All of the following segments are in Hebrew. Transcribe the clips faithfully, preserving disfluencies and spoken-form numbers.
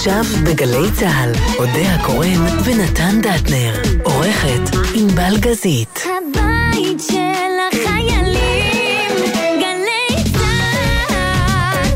עכשיו בגלי צהל, אודה הקורן ונתן דטנר, עורכת ענבל גזית. הבית של החיילים, גלי צהל.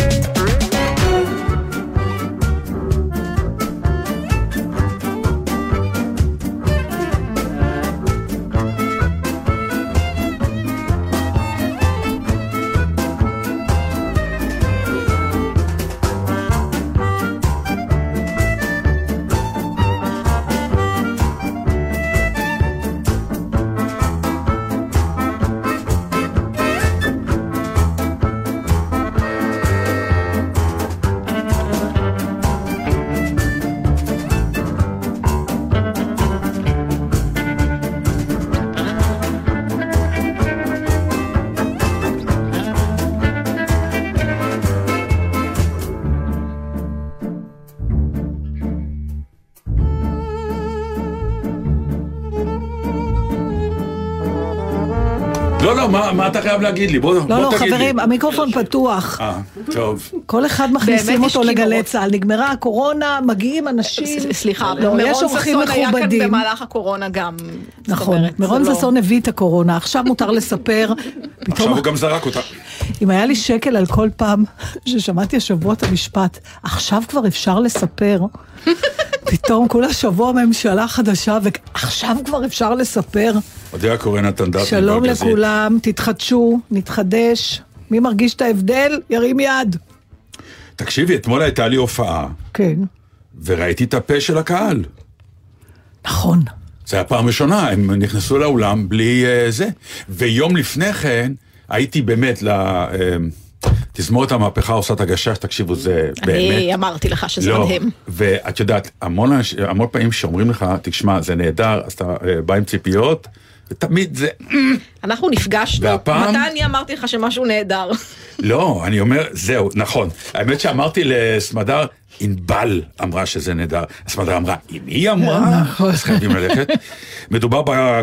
לא, לא, מה, מה אתה חייב להגיד לי? בוא, לא, בוא לא, תגיד חברים, לי. המיקרופון פתוח. אה, טוב. כל אחד מכניסים אותו לגלי כינורות. צהל. נגמרה הקורונה, מגיעים אנשים. סליחה, לא, יש מירון אורחים ששון היה כאן מכובדים. במהלך הקורונה גם. נכון, זאת אומרת, מירון זה לא- ששון הביא את הקורונה, עכשיו מותר לספר. עכשיו פתאום, הוא גם זרק אותה. אם היה לי שקל על כל פעם ששמעתי השבוע את המשפט, עכשיו כבר אפשר לספר, פתאום כל השבוע ממשלה חדשה, ועכשיו כבר אפשר לספר. אודה הקורן נתן דטנר. שלום בגזית. לכולם, תתחדשו, נתחדש. מי מרגיש את ההבדל? ירים יד. תקשיבי, אתמול הייתה לי הופעה, כן, וראיתי את הפה של הקהל. נכון. זה היה פעם ראשונה, הם נכנסו לאולם בלי uh, זה. ויום לפני כן, הייתי באמת ל... Uh, תזמורת המהפכה עושה את הגשש, תקשיבו, זה באמת... אני אמרתי לך שזה לא, מדהים. ואת יודעת, המון, אנש- המון פעמים שאומרים לך, תשמע, זה נהדר, אז אתה uh, בא עם ציפיות, ותמיד זה... אנחנו נפגשנו, והפעם- מתי אני אמרתי לך שמשהו נהדר? לא, אני אומר, זהו, נכון. האמת שאמרתי לסמדר, ענבל אמרה שזה נהדר. הסמדר אמרה, אם היא אמרה, אז חייבים ללכת. מדובר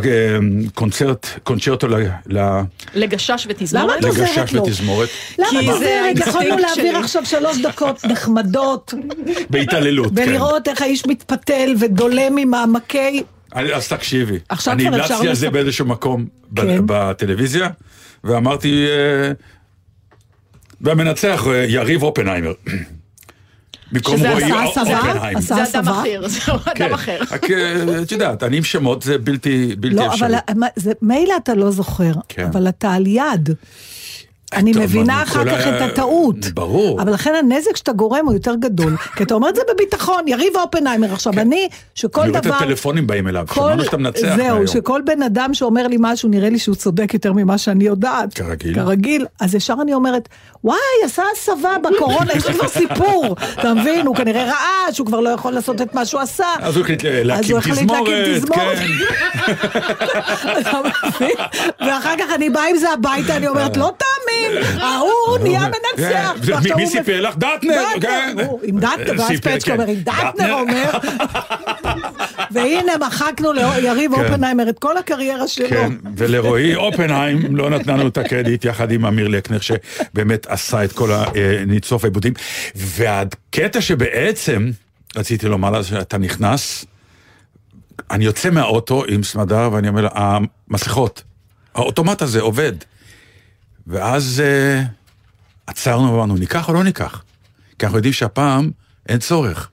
בקונצרט, קונצ'רטו ל- ל- לגשש למה ותזמורת? את עוזרת לגשש לו? ותזמורת, למה כי את זה עוזרת? האינסטינקט יכולנו להעביר שלי. עכשיו שלוש דקות נחמדות, בהתעללות, כן. ולראות איך האיש מתפתל ודולה ממעמקי... אני- אז תקשיבי, עכשיו אני כבר אפשר המלצתי על זה לספר. באיזשהו מקום ב- כן. בטלוויזיה, ואמרתי, אה, והמנצח אה, יריב אופנהיימר. במקום שזה רועי עשה הסבה? אופנהיים. עשה זה אדם הסבה? אחר, זה אדם אחר. רק, אה, את יודעת, אני עם שמות זה בלתי בלתי לא, אפשרי. אבל מה- זה- מילא אתה לא זוכר, כן. אבל אתה על יד. אני טוב, מבינה אני אחר כל כך ה- את הטעות. ברור. אבל לכן הנזק שאתה גורם הוא יותר גדול. כי אתה אומר את זה בביטחון, יריב אופנהיימר. עכשיו אני, שכל לראות דבר... את הטלפונים באים אליו, כל- שמענו שאתה מנצח זהו, מהיום. שכל בן אדם שאומר לי משהו, נראה לי שהוא צודק יותר ממה שאני יודעת. כרגיל. כרגיל. אז ישר אני אומרת, וואי, עשה הסבה בקורונה, יש לי כבר סיפור. אתה מבין? הוא כנראה ראה שהוא כבר לא יכול לעשות את מה שהוא עשה. אז הוא החליט להקים אז הוא החליט תזמורת, להקים תזמורת. כן. אתה מבין? ואחר כך אני באה עם זה הביתה, אני אומרת, לא תאמין, ההוא נהיה מנצח. כן. ועכשיו מי הוא סיפר לך? דטנר, דטנר, כן. הוא, עם דטנר, ואז סיפר, פצ'קה כן. אומר, אם דטנר דטנר. אומר, והנה מחקנו ליריב אופנהיימר את כל הקריירה שלו. כן, ולרועי אופנהיים לא נתנו את הקרדיט יחד עם אמיר לקנר שבאמת עשה את כל הניצוף העיבודים. והקטע שבעצם רציתי לומר לה שאתה נכנס, אני יוצא מהאוטו עם סמדר ואני אומר לה, המסכות, האוטומט הזה עובד. ואז uh, עצרנו ואמרנו, ניקח או לא ניקח? כי אנחנו יודעים שהפעם אין צורך.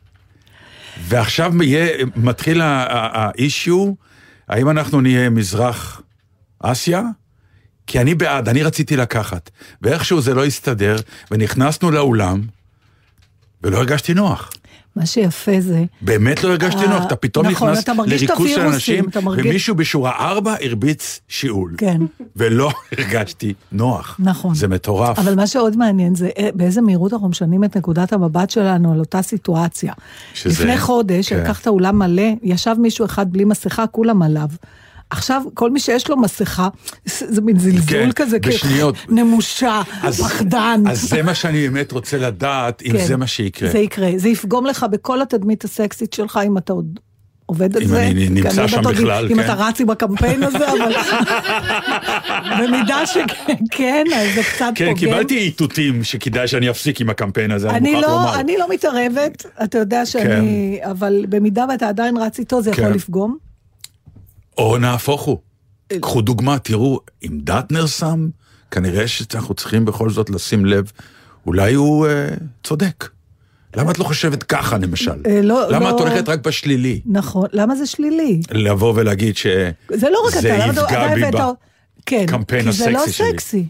ועכשיו יהיה, מתחיל האישיו, האם אנחנו נהיה מזרח אסיה? כי אני בעד, אני רציתי לקחת. ואיכשהו זה לא הסתדר, ונכנסנו לאולם, ולא הרגשתי נוח. מה שיפה זה... באמת לא הרגשתי נוח, אתה פתאום נכון, נכנס אתה מרגיש את לריכוז של הווירוסים, אנשים, אתה מרגיש- ומישהו בשורה ארבע הרביץ שיעול. כן. ולא הרגשתי נוח. נכון. זה מטורף. אבל מה שעוד מעניין זה אה, באיזה מהירות אנחנו משנים את נקודת המבט שלנו על אותה סיטואציה. שזה- לפני חודש, כן. לקחת אולם מלא, ישב מישהו אחד בלי מסכה, כולם עליו. עכשיו, כל מי שיש לו מסכה, זה זה מין זלזול כן, כזה, בשניות. נמושה, אז- פחדן. אז זה מה שאני באמת רוצה לדעת, אם כן, זה מה שיקרה. זה יקרה. זה יפגום לך בכל התדמית הסקסית שלך, אם אתה עוד עובד על אם זה. אני נמצא שם בכלל, אם כן. אתה רץ עם הקמפיין הזה, אבל במידה שכן, אז זה קצת כן, פוגם. קיבלתי איתותים שכדאי שאני אפסיק עם הקמפיין הזה, אני מוכרח לא, לומר. אני לא מתערבת, אתה יודע שאני, אבל במידה ואתה עדיין רץ איתו, זה יכול כן. לפגום. או נהפוך הוא. קחו דוגמה, תראו, אם דטנר שם, כנראה שאנחנו צריכים בכל זאת לשים לב, אולי הוא אה, צודק. למה את לא חושבת ככה, למשל? אה, לא, למה לא... את הולכת רק בשלילי? נכון, למה זה שלילי? לבוא ולהגיד שזה זה לא רק אתה, למה אתה- יפגע אתה בי הבאת- כן, בקמפיין כי זה לא הסקסי שלי. סקסי.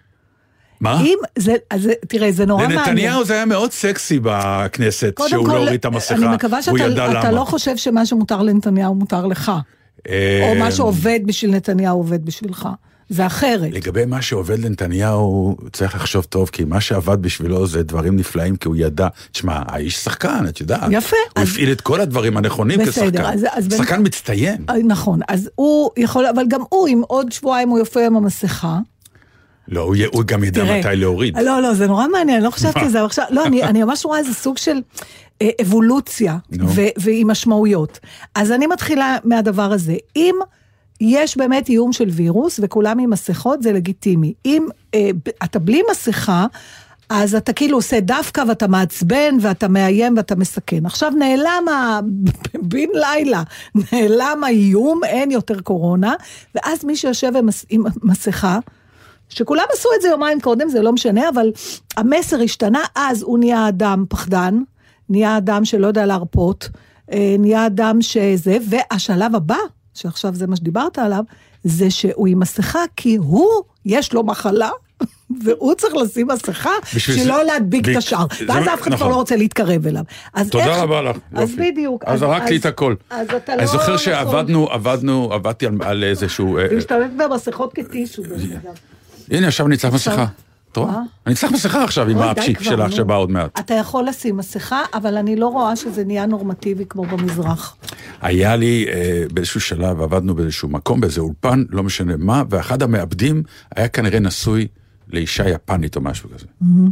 מה? אם זה, אז תראה, זה נורא מעניין. לנתניהו זה היה מאוד סקסי בכנסת, קודם שהוא כל, לא הוריד את המסכה, אני מקווה והוא ידע שאתה אתה למה. לא חושב שמה שמותר לנתניהו מותר לך. אה, או מה שעובד בשביל נתניהו עובד בשבילך. זה אחרת. לגבי מה שעובד לנתניהו, צריך לחשוב טוב, כי מה שעבד בשבילו זה דברים נפלאים, כי הוא ידע, תשמע, האיש שחקן, את יודעת. יפה. הוא אז- הפעיל את כל הדברים הנכונים בסדר, כשחקן. אז- אז בין- שחקן מצטיין. נכון, אז הוא יכול, אבל גם הוא, אם עוד שבועיים הוא יופיע עם המסכה, לא, הוא י- הוא גם ידע תראה, מתי להוריד. לא, לא, זה נורא מעניין, אני לא חשבתי על זה, אבל עכשיו, לא, אני, אני ממש רואה איזה סוג של אה, אבולוציה, נו. ו, ועם משמעויות. אז אני מתחילה מהדבר הזה. אם יש באמת איום של וירוס, וכולם עם מסכות, זה לגיטימי. אם אה, ב- אתה בלי מסכה, אז אתה כאילו עושה דווקא, ואתה מעצבן, ואתה מאיים, ואתה מסכן. עכשיו נעלם, ה- בין לילה, נעלם האיום, אין יותר קורונה, ואז מי שיושב עם, מס- עם מסכה, שכולם עשו את זה יומיים קודם, זה לא משנה, אבל המסר השתנה, אז הוא נהיה אדם פחדן, נהיה אדם שלא יודע להרפות, אה, נהיה אדם שזה, והשלב הבא, שעכשיו זה מה שדיברת עליו, זה שהוא עם מסכה, כי הוא, יש לו מחלה, והוא צריך לשים מסכה, בשביל שלא זה- להדביק את ב- השאר, זה- ואז אף אחד כבר נכון. לא רוצה להתקרב אליו. אז תודה איך- רבה לך. אז יופי. בדיוק. אז זרקת לי את הכל. אז אתה אני לא זוכר נכון. שעבדנו, עבדנו, עבדתי על- על איזשהו... אה, להשתמש במסכות כטישו. דרך אגב. הנה, עכשיו אני צריך מסכה. אתה רואה? מה? אני צריך מסכה עכשיו עם אוי, די הפשיק כבר, שלך נו. שבא עוד מעט. אתה יכול לשים מסכה, אבל אני לא רואה שזה נהיה נורמטיבי כמו במזרח. היה לי אה, באיזשהו שלב, עבדנו באיזשהו מקום, באיזה אולפן, לא משנה מה, ואחד המעבדים היה כנראה נשוי לאישה יפנית או משהו כזה.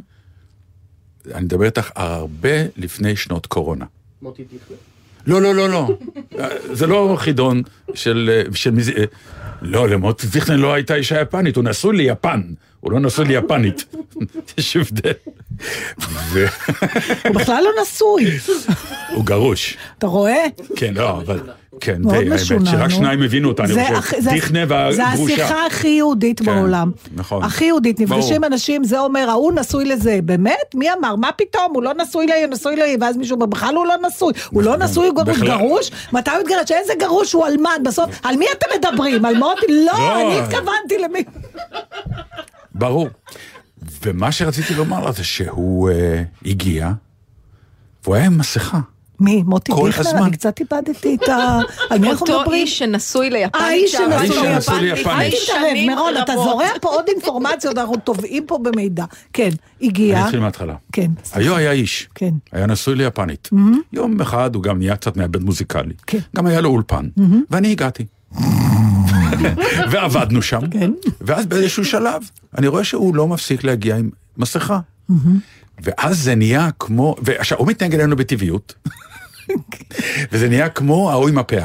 אני מדבר איתך הרבה לפני שנות קורונה. מוטי דיכטר. לא, לא, לא, לא. זה לא חידון של... של מז... לא, למוטי דיכטר לא הייתה אישה יפנית, הוא נשוי ליפן, הוא לא נשוי ליפנית. יש הבדל. ו... הוא בכלל לא נשוי. הוא גרוש. אתה רואה? כן, לא, אבל... כן, מאוד די, האמת, משונה, שרק נו. שניים הבינו אותה, אני זה חושב. הכי- זה- דיכנה זה והגרושה. השיחה הכי יהודית כן, בעולם. נכון. הכי יהודית, נפגשים ברור. אנשים, זה אומר, ההוא נשוי לזה, באמת? מי אמר? מה פתאום? הוא לא נשוי לי, נשוי לי, ואז מישהו אומר, בכלל הוא לא נשוי. הוא לא נשוי, הוא גרוש, בכלל. גרוש? מתי הוא התגרש? איזה גרוש? הוא אלמן, בסוף. על מי אתם מדברים? על מוטי? לא, לא. אני התכוונתי למי. ברור. ומה שרציתי לומר לה זה שהוא אה, הגיע, והוא היה עם מסכה. מי? מוטי כל דיכטר? הזמן. אני קצת איבדתי את ה... על מי אנחנו אותו מדברים? איש שנשוי ליפנית. האיש שעבד האיש שנשוי שנשוי ליפנית. ליפנית. אל תתערב, שנים מירון, אתה רבות. זורע פה עוד אינפורמציות, אנחנו טובעים פה במידע. כן, הגיע. אני אתחיל מההתחלה. כן. היו היה איש. כן. היה נשוי ליפנית. יום אחד הוא גם נהיה קצת מעבד מוזיקלי. כן. גם היה לו אולפן. ואני הגעתי. ועבדנו שם. כן. ואז באיזשהו שלב, אני רואה שהוא לא מפסיק להגיע עם מסכה. ואז זה נהיה כמו... ועכשיו, הוא מתנהג אלינו בטבעיות. וזה נהיה כמו ההוא עם הפאה.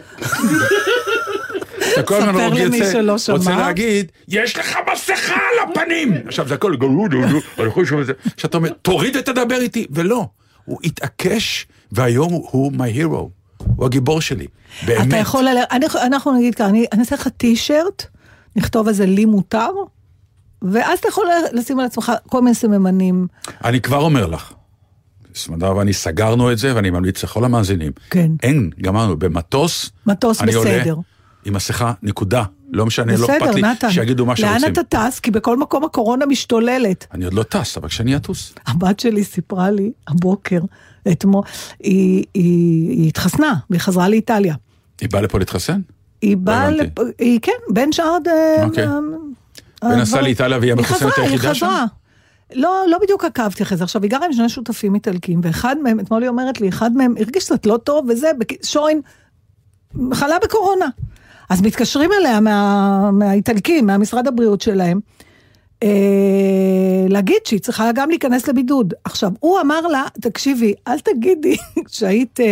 כל הזמן ספר הוא למי יוצא, שלא שמע. רוצה להגיד, יש לך מסכה על הפנים! עכשיו זה הכל גלוד, אני חושב שזה... שאתה אומר, תוריד ותדבר איתי, ולא. הוא התעקש, והיום הוא my hero. הוא הגיבור שלי. באמת. אתה יכול... ל- אני- אנחנו נגיד כאן, אני אני אעשה לך טישרט, נכתוב איזה לי מותר, ואז אתה יכול לשים על עצמך כל מיני סממנים. אני כבר אומר לך. סמדר ואני סגרנו את זה, ואני ממליץ לכל המאזינים. כן. אין, גמרנו, במטוס. מטוס אני בסדר. עולה עם מסכה, נקודה. לא משנה, לא בסדר, אכפת לי נתן. שיגידו מה שרוצים. לאן אתה טס? כי בכל מקום הקורונה משתוללת. אני עוד לא טס, אבל כשאני אטוס. הבת שלי סיפרה לי הבוקר, אתמול, היא, היא, היא התחסנה, והיא חזרה לאיטליה. היא באה לפה להתחסן? היא באה, הבנתי. לפ... היא כן, בין שאר... אה, אוקיי. אה, ונסעה הדברים. לאיטליה והיא המחוסנת היא היחידה חזרה, היא חזרה. לא, לא בדיוק עקבתי אחרי זה. עכשיו, היא גרה עם שני שותפים איטלקים, ואחד מהם, אתמול היא אומרת לי, אחד מהם הרגיש קצת לא טוב, וזה, בק- שוין, חלה בקורונה. אז מתקשרים אליה מה, מהאיטלקים, מהמשרד הבריאות שלהם, אה, להגיד שהיא צריכה גם להיכנס לבידוד. עכשיו, הוא אמר לה, תקשיבי, אל תגידי שהיית אה,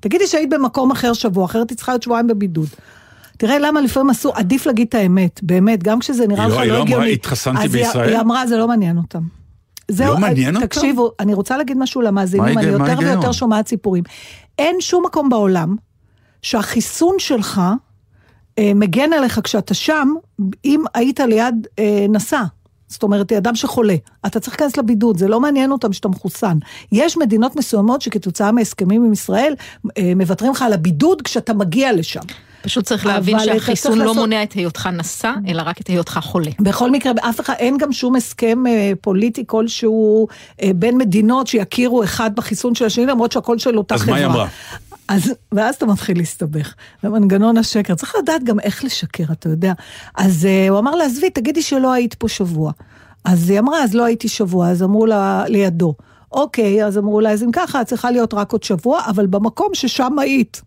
תגידי שהיית במקום אחר שבוע, אחרת היא צריכה להיות שבועיים בבידוד. תראה למה לפעמים עשו, עדיף להגיד את האמת, באמת, גם כשזה נראה לך לא הגיוני. היא לא אמרה, התחסנתי בישראל? היא אמרה, זה לא מעניין אותם. לא מעניין אותם? תקשיבו, אני רוצה להגיד משהו למאזינים, אני יותר ויותר שומעת סיפורים. אין שום מקום בעולם שהחיסון שלך מגן עליך כשאתה שם, אם היית ליד נשא. זאת אומרת, אדם שחולה, אתה צריך להיכנס לבידוד, זה לא מעניין אותם שאתה מחוסן. יש מדינות מסוימות שכתוצאה מהסכמים עם ישראל, מבטרים לך על הבידוד כשאתה מגיע לשם. פשוט צריך להבין שהחיסון לא מונע את היותך נשא, אלא רק את היותך חולה. בכל מקרה, באף אחד, אין גם שום הסכם פוליטי כלשהו בין מדינות שיכירו אחד בחיסון של השני, למרות שהכל של אותה חברה. אז מה היא אמרה? אז, ואז אתה מתחיל להסתבך. במנגנון השקר. צריך לדעת גם איך לשקר, אתה יודע. אז הוא אמר לה, עזבי, תגידי שלא היית פה שבוע. אז היא אמרה, אז לא הייתי שבוע, אז אמרו לה לידו. אוקיי, אז אמרו לה, אז אם ככה, צריכה להיות רק עוד שבוע, אבל במקום ששם היית.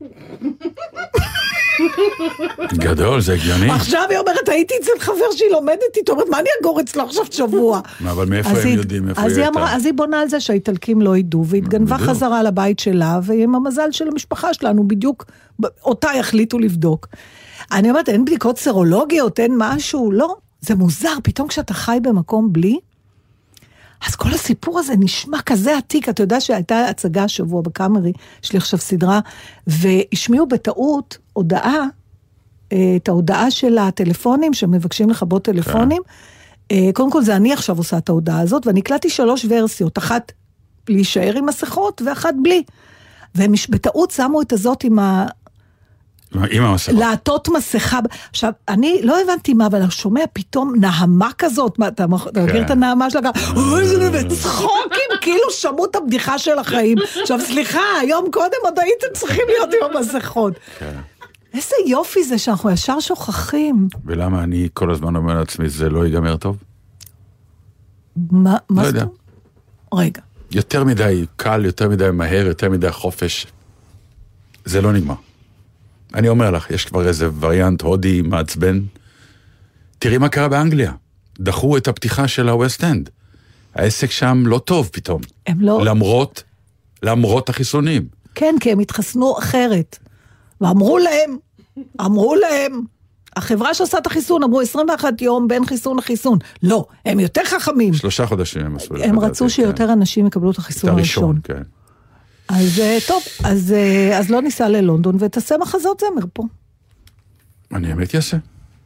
גדול, זה הגיוני. עכשיו היא אומרת, הייתי אצל חבר שהיא לומדת איתו, אומרת, מה אני אגור אצלו עכשיו שבוע? אבל מאיפה הם יודעים, איפה היא הייתה? אז היא בונה על זה שהאיטלקים לא ידעו, והתגנבה חזרה לבית שלה, ועם המזל של המשפחה שלנו, בדיוק אותה יחליטו לבדוק. אני אומרת, אין בדיקות סרולוגיות, אין משהו, לא. זה מוזר, פתאום כשאתה חי במקום בלי, אז כל הסיפור הזה נשמע כזה עתיק. אתה יודע שהייתה הצגה השבוע בקאמרי, יש לי עכשיו סדרה, והשמיעו בטעות הודעה, את ההודעה של הטלפונים, שמבקשים לחבות טלפונים. קודם כל זה אני עכשיו עושה את ההודעה הזאת, ואני הקלטתי שלוש ורסיות, אחת להישאר עם מסכות, ואחת בלי. והם בטעות שמו את הזאת עם ה... עם המסכות. לעטות מסכה. עכשיו, אני לא הבנתי מה, אבל אני שומע פתאום נעמה כזאת, מה, אתה מכיר את הנעמה שלה? אוי, זה באמת צחוקים, כאילו שמעו את הבדיחה של החיים. עכשיו, סליחה, היום קודם עוד הייתם צריכים להיות עם המסכות. איזה יופי זה שאנחנו ישר שוכחים. ולמה אני כל הזמן אומר לעצמי, זה לא ייגמר טוב? מה? לא יודע. רגע. יותר מדי קל, יותר מדי מהר, יותר מדי חופש. זה לא נגמר. אני אומר לך, יש כבר איזה וריאנט הודי מעצבן. תראי מה קרה באנגליה. דחו את הפתיחה של הווסט אנד. העסק שם לא טוב פתאום. הם לא... למרות, למרות החיסונים. כן, כי הם התחסנו אחרת. ואמרו להם, אמרו להם, החברה שעושה את החיסון, אמרו עשרים ואחד יום בין חיסון לחיסון. לא, הם יותר חכמים. שלושה חודשים הם עשו. הם רצו שיותר אנשים יקבלו את החיסון הראשון. כן. אז טוב, אז, אז לא ניסע ללונדון, ותעשה מחזות זמר פה. אני אמת יעשה.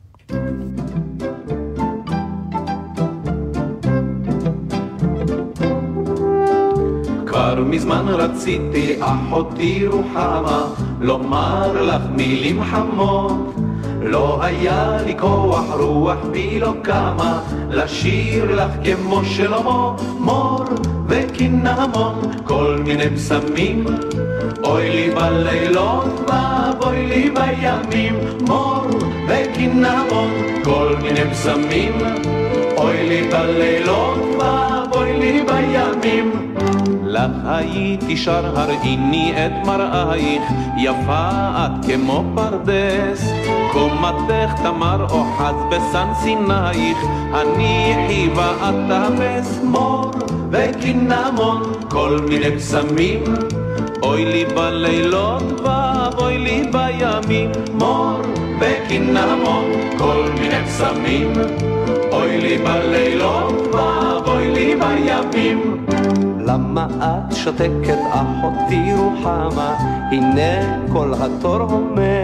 כבר מזמן רציתי, אחותי רוחמה, לומר לך מילים חמות. לא היה לי כוח, רוח בי לא קמה, לשיר לך כמו שלמה, מור וקינמון, כל מיני פסמים. אוי לי בלילות, ואבוי לי בימים, מור וקינמון, כל מיני פסמים. אוי לי בלילות, ואבוי לי בימים. לך הייתי שר, הראיני את מראייך, יפה את כמו פרדס, קומתך תמר אוחז בסן סינייך, הניחי ואת תאפס, מור וקינמון, כל מיני פסמים. אוי לי בלילות ואבוי לי בימים, מור וקינמון, כל מיני פסמים. אוי לי בלילות ואבוי לי בימים. למה את שותקת אחותי רוחמה, הנה כל התור הומה,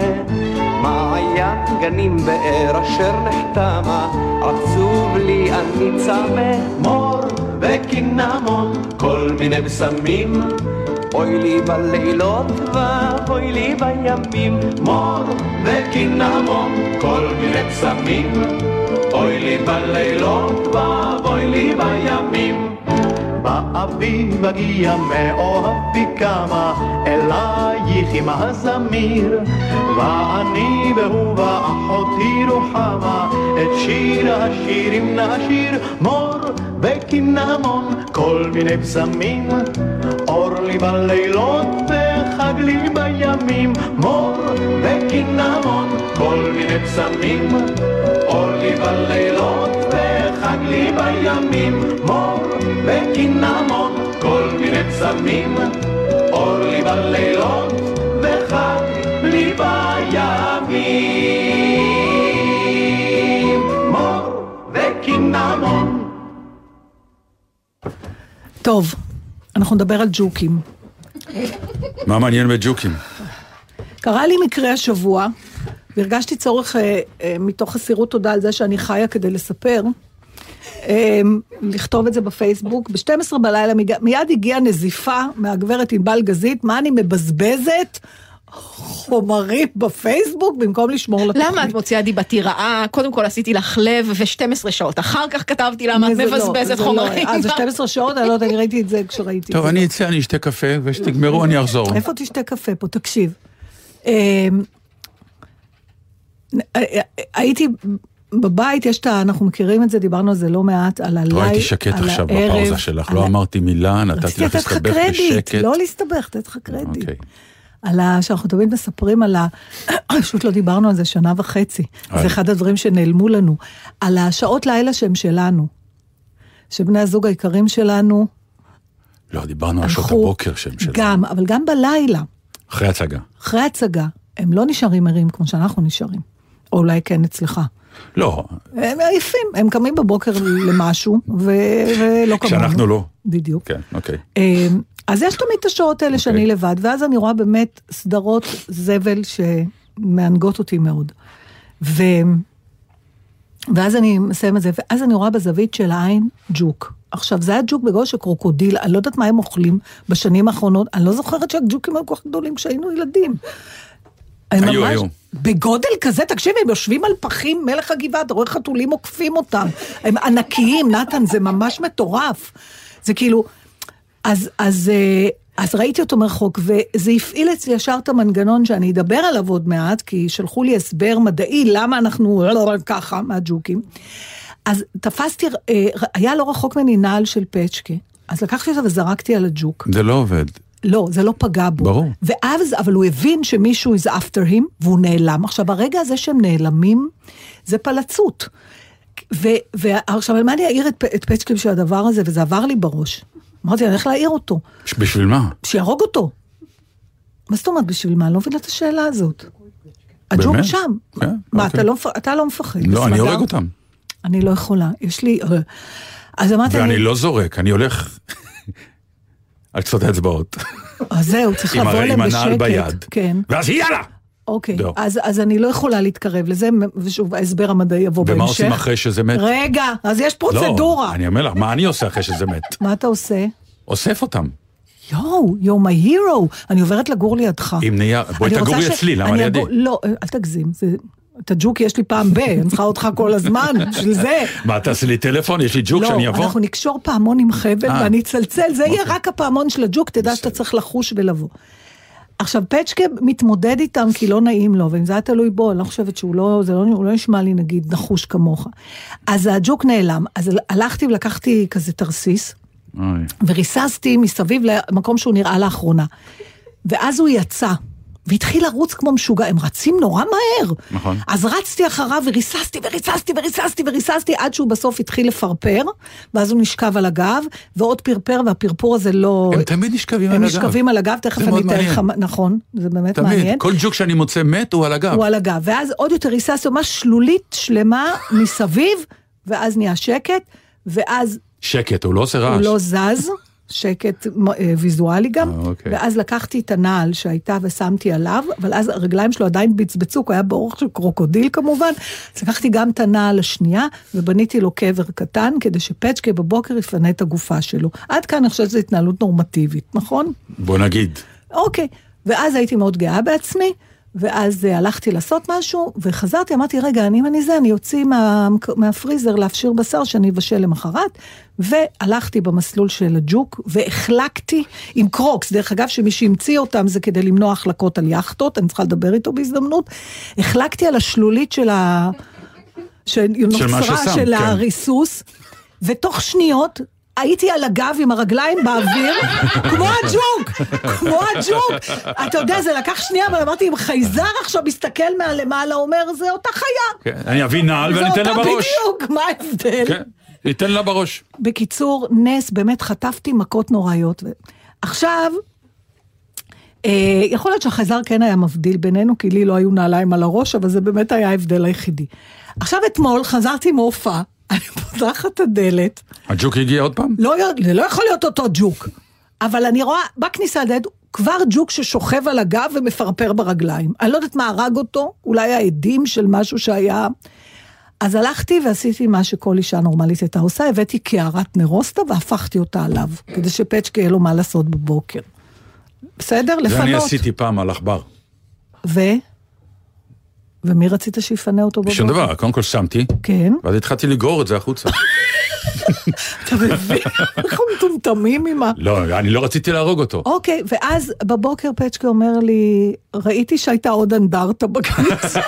מעיין גנים באר אשר נחתמה, עצוב לי אני צמא, מור וקינמון, כל מיני בשמים. אוי לי בלילות ואוי לי בימים, מור וקינמון, כל מיני בשמים. אוי לי בלילות ואוי לי בימים. באביב הגיע מאוהבי כמה, אלייך עם הזמיר, ואני והוא ואחותי רוחמה, את שיר השירים נשיר, מור וקינמון, כל מיני פסמים. אור לי בלילות וחג לי בימים, מור וקינמון, כל מיני פסמים. אור לי בלילות וחג לי בימים, מור וקינמון, כל מיני פסמים. אור לי בלילות אנחנו נדבר על ג'וקים. מה מעניין בג'וקים? קרה לי מקרה השבוע, והרגשתי צורך אה, אה, מתוך הסירות תודה על זה שאני חיה כדי לספר, אה, לכתוב את זה בפייסבוק. ב-שתים עשרה בלילה מיד הגיעה נזיפה מהגברת ענבל גזית, מה אני מבזבזת חומרים בפייסבוק במקום לשמור לתוכנית. למה את מוציאה דיבתי רעה? קודם כל עשיתי לך לב ו-שתים עשרה שעות. אחר כך כתבתי למה את מבזבזת חומרים. אז שתים עשרה שעות, אני לא יודעת, אני ראיתי את זה כשראיתי. טוב, אני אצא, אני אשתה קפה, ושתגמרו אני אחזור. איפה תשתה קפה פה? תקשיב. הייתי בבית, יש את ה... אנחנו מכירים את זה, דיברנו על זה לא מעט, על הלילה, על הערב. הייתי שקט עכשיו בפאוזה שלך, לא אמרתי מילה, נתתי לך להסתבך בשקט. לא להסתבך, תת לך קרדיט. על ה... שאנחנו תמיד מספרים על ה... פשוט לא דיברנו על זה שנה וחצי. זה אחד הדברים שנעלמו לנו. על השעות לילה שהם שלנו. שבני הזוג העיקרים שלנו... לא, דיברנו על שעות הבוקר שהם שלנו. גם, אבל גם בלילה. אחרי הצגה. אחרי הצגה. הם לא נשארים ערים כמו שאנחנו נשארים. או אולי כן אצלך. לא. הם עייפים, הם קמים בבוקר למשהו, ולא קמנו. כשאנחנו לא. בדיוק. כן, אוקיי. אז יש תמיד את השעות האלה שאני לבד, ואז אני רואה באמת סדרות זבל שמענגות אותי מאוד. ו... ואז אני מסיים את זה, ואז אני רואה בזווית של העין ג'וק. עכשיו, זה היה ג'וק בגודל של קרוקודיל, אני לא יודעת מה הם אוכלים בשנים האחרונות, אני לא זוכרת שהג'וקים היו כל כך גדולים כשהיינו ילדים. היו, היו. בגודל כזה, תקשיב, הם יושבים על פחים, מלך הגבעה, אתה רואה חתולים עוקפים אותם, הם ענקיים, נתן, זה ממש מטורף. זה כאילו, אז, אז, אז ראיתי אותו מרחוק, וזה הפעיל אצלי ישר את המנגנון שאני אדבר עליו עוד מעט, כי שלחו לי הסבר מדעי, למה אנחנו ככה מהג'וקים. אז תפסתי, היה לא רחוק ממני נעל של פצ'קה, אז לקחתי אותה וזרקתי על הג'וק. זה לא עובד. לא, זה לא פגע בו. ברור. ואז, אבל הוא הבין שמישהו is after him, והוא נעלם. עכשיו, הרגע הזה שהם נעלמים, זה פלצות. ועכשיו, מה אני אעיר את, את פצ'קה של הדבר הזה, וזה עבר לי בראש. אמרתי, אני הולך להעיר אותו. בשביל מה? שירוג אותו. מה זאת אומרת בשביל מה? אני לא מבינה את השאלה הזאת. הג'וק שם. כן, מה, אוקיי. אתה, לא, אתה לא מפחד? לא, בסמדר? אני הורג אותם. אני לא יכולה. יש לי... אז אמרתי... ואני אני... לא זורק, אני הולך... על קצות האצבעות. אז זהו, צריך לבוא להם בשקט. עם הנעל ביד. כן. ואז יאללה! אוקיי, אז, אז אני לא יכולה להתקרב לזה, ושוב, ההסבר המדעי יבוא בהמשך. ומה עושים אחרי שזה מת? רגע, אז יש פרוצדורה. לא, אני אומר לך, מה אני עושה אחרי שזה מת? מה אתה עושה? אוסף אותם. יואו, you're my hero. אני עוברת לגור לידך. עם נייר, בואי תגורי אצלי, למה לידי? לא, אל תגזים, זה... את הג'וק יש לי פעם ב, אני צריכה אותך כל הזמן, בשביל זה. מה, תעשי לי טלפון? יש לי ג'וק שאני אבוא? לא, אנחנו נקשור פעמון עם חבל, ואני אצלצל, זה יהיה רק הפעמון של הג'וק, תדע שאתה צריך לחוש ולבוא. עכשיו, פצ'קה מתמודד איתם, כי לא נעים לו, ואם זה היה תלוי בו, אני לא חושבת שהוא לא, זה לא, הוא לא נשמע לי, נגיד, נחוש כמוך. אז הג'וק נעלם, אז הלכתי ולקחתי כזה תרסיס, וריססתי מסביב למקום שהוא נראה לאחרונה. ואז הוא יצא, והתחיל לרוץ כמו משוגע, הם רצים נורא מהר. נכון. אז רצתי אחריו וריססתי וריססתי וריססתי וריססתי, עד שהוא בסוף התחיל לפרפר, ואז הוא נשכב על הגב, ועוד פרפר, והפרפור הזה לא... הם תמיד נשכבים על הגב. הם נשכבים על הגב, תכף אני אתאר לך... נכון, זה באמת תמיד, מעניין. כל ג'וק שאני מוצא מת הוא על הגב. הוא על הגב, ואז עוד יותר ריססתי, ממש שלולית שלמה מסביב, ואז נהיה שקט, ואז... שקט, הוא לא עושה רעש. הוא לא זז. שקט ויזואלי גם, אה, אוקיי. ואז לקחתי את הנעל שהייתה ושמתי עליו, אבל אז הרגליים שלו עדיין בצבצו, הוא היה באורך של קרוקודיל כמובן, אז לקחתי גם את הנעל השנייה, ובניתי לו קבר קטן, כדי שפצ'קה בבוקר יפנה את הגופה שלו. עד כאן אני חושבת שזו התנהלות נורמטיבית, נכון? בוא נגיד. אוקיי, ואז הייתי מאוד גאה בעצמי, ואז הלכתי לעשות משהו, וחזרתי, אמרתי, רגע, אני, אני זה, אני יוציא מה, מהפריזר להפשיר בשר שאני אבשל למחרת, והלכתי במסלול של הג'וק, והחלקתי עם קרוקס, דרך אגב שמי שהמציא אותם זה כדי למנוע החלקות על יחטות, אני צריכה לדבר איתו בהזדמנות, החלקתי על השלולית של ה... של, של מה ששם, של כן. הריסוס, ותוך שניות... הייתי על הגב עם הרגליים באוויר, כמו הג'וק, כמו הג'וק. אתה יודע, זה לקח שנייה, אבל אמרתי, אם חייזר עכשיו מסתכל מהלמעלה, אומר, זה אותה חיה. אני אביא נעל ואני אתן לה בראש. זה אותה בדיוק, מה ההבדל? כן, ניתן לה בראש. בקיצור, נס, באמת חטפתי מכות נוראיות. עכשיו, יכול להיות שהחייזר כן היה מבדיל בינינו, כי לי לא היו נעליים על הראש, אבל זה באמת היה ההבדל היחידי. עכשיו אתמול חזרתי מהופעה, אני פותחת את הדלת. הג'וק הגיע עוד פעם? לא, זה לא יכול להיות אותו ג'וק. אבל אני רואה, בכניסה לדלת, כבר ג'וק ששוכב על הגב ומפרפר ברגליים. אני לא יודעת מה הרג אותו, אולי העדים של משהו שהיה... אז הלכתי ועשיתי מה שכל אישה נורמלית הייתה עושה, הבאתי קערת נרוסטה והפכתי אותה עליו, כדי שפצ'קה יהיה לו מה לעשות בבוקר. בסדר? לפנות. זה אני עשיתי פעם על עכבר. ו? ומי רצית שיפנה אותו בבוקר? שום דבר, קודם כל שמתי, כן. ואז התחלתי לגרור את זה החוצה. אתה מבין? אנחנו מטומטמים עם ה... לא, אני לא רציתי להרוג אותו. אוקיי, ואז בבוקר פצ'קה אומר לי, ראיתי שהייתה עוד אנדרטה בכניסה.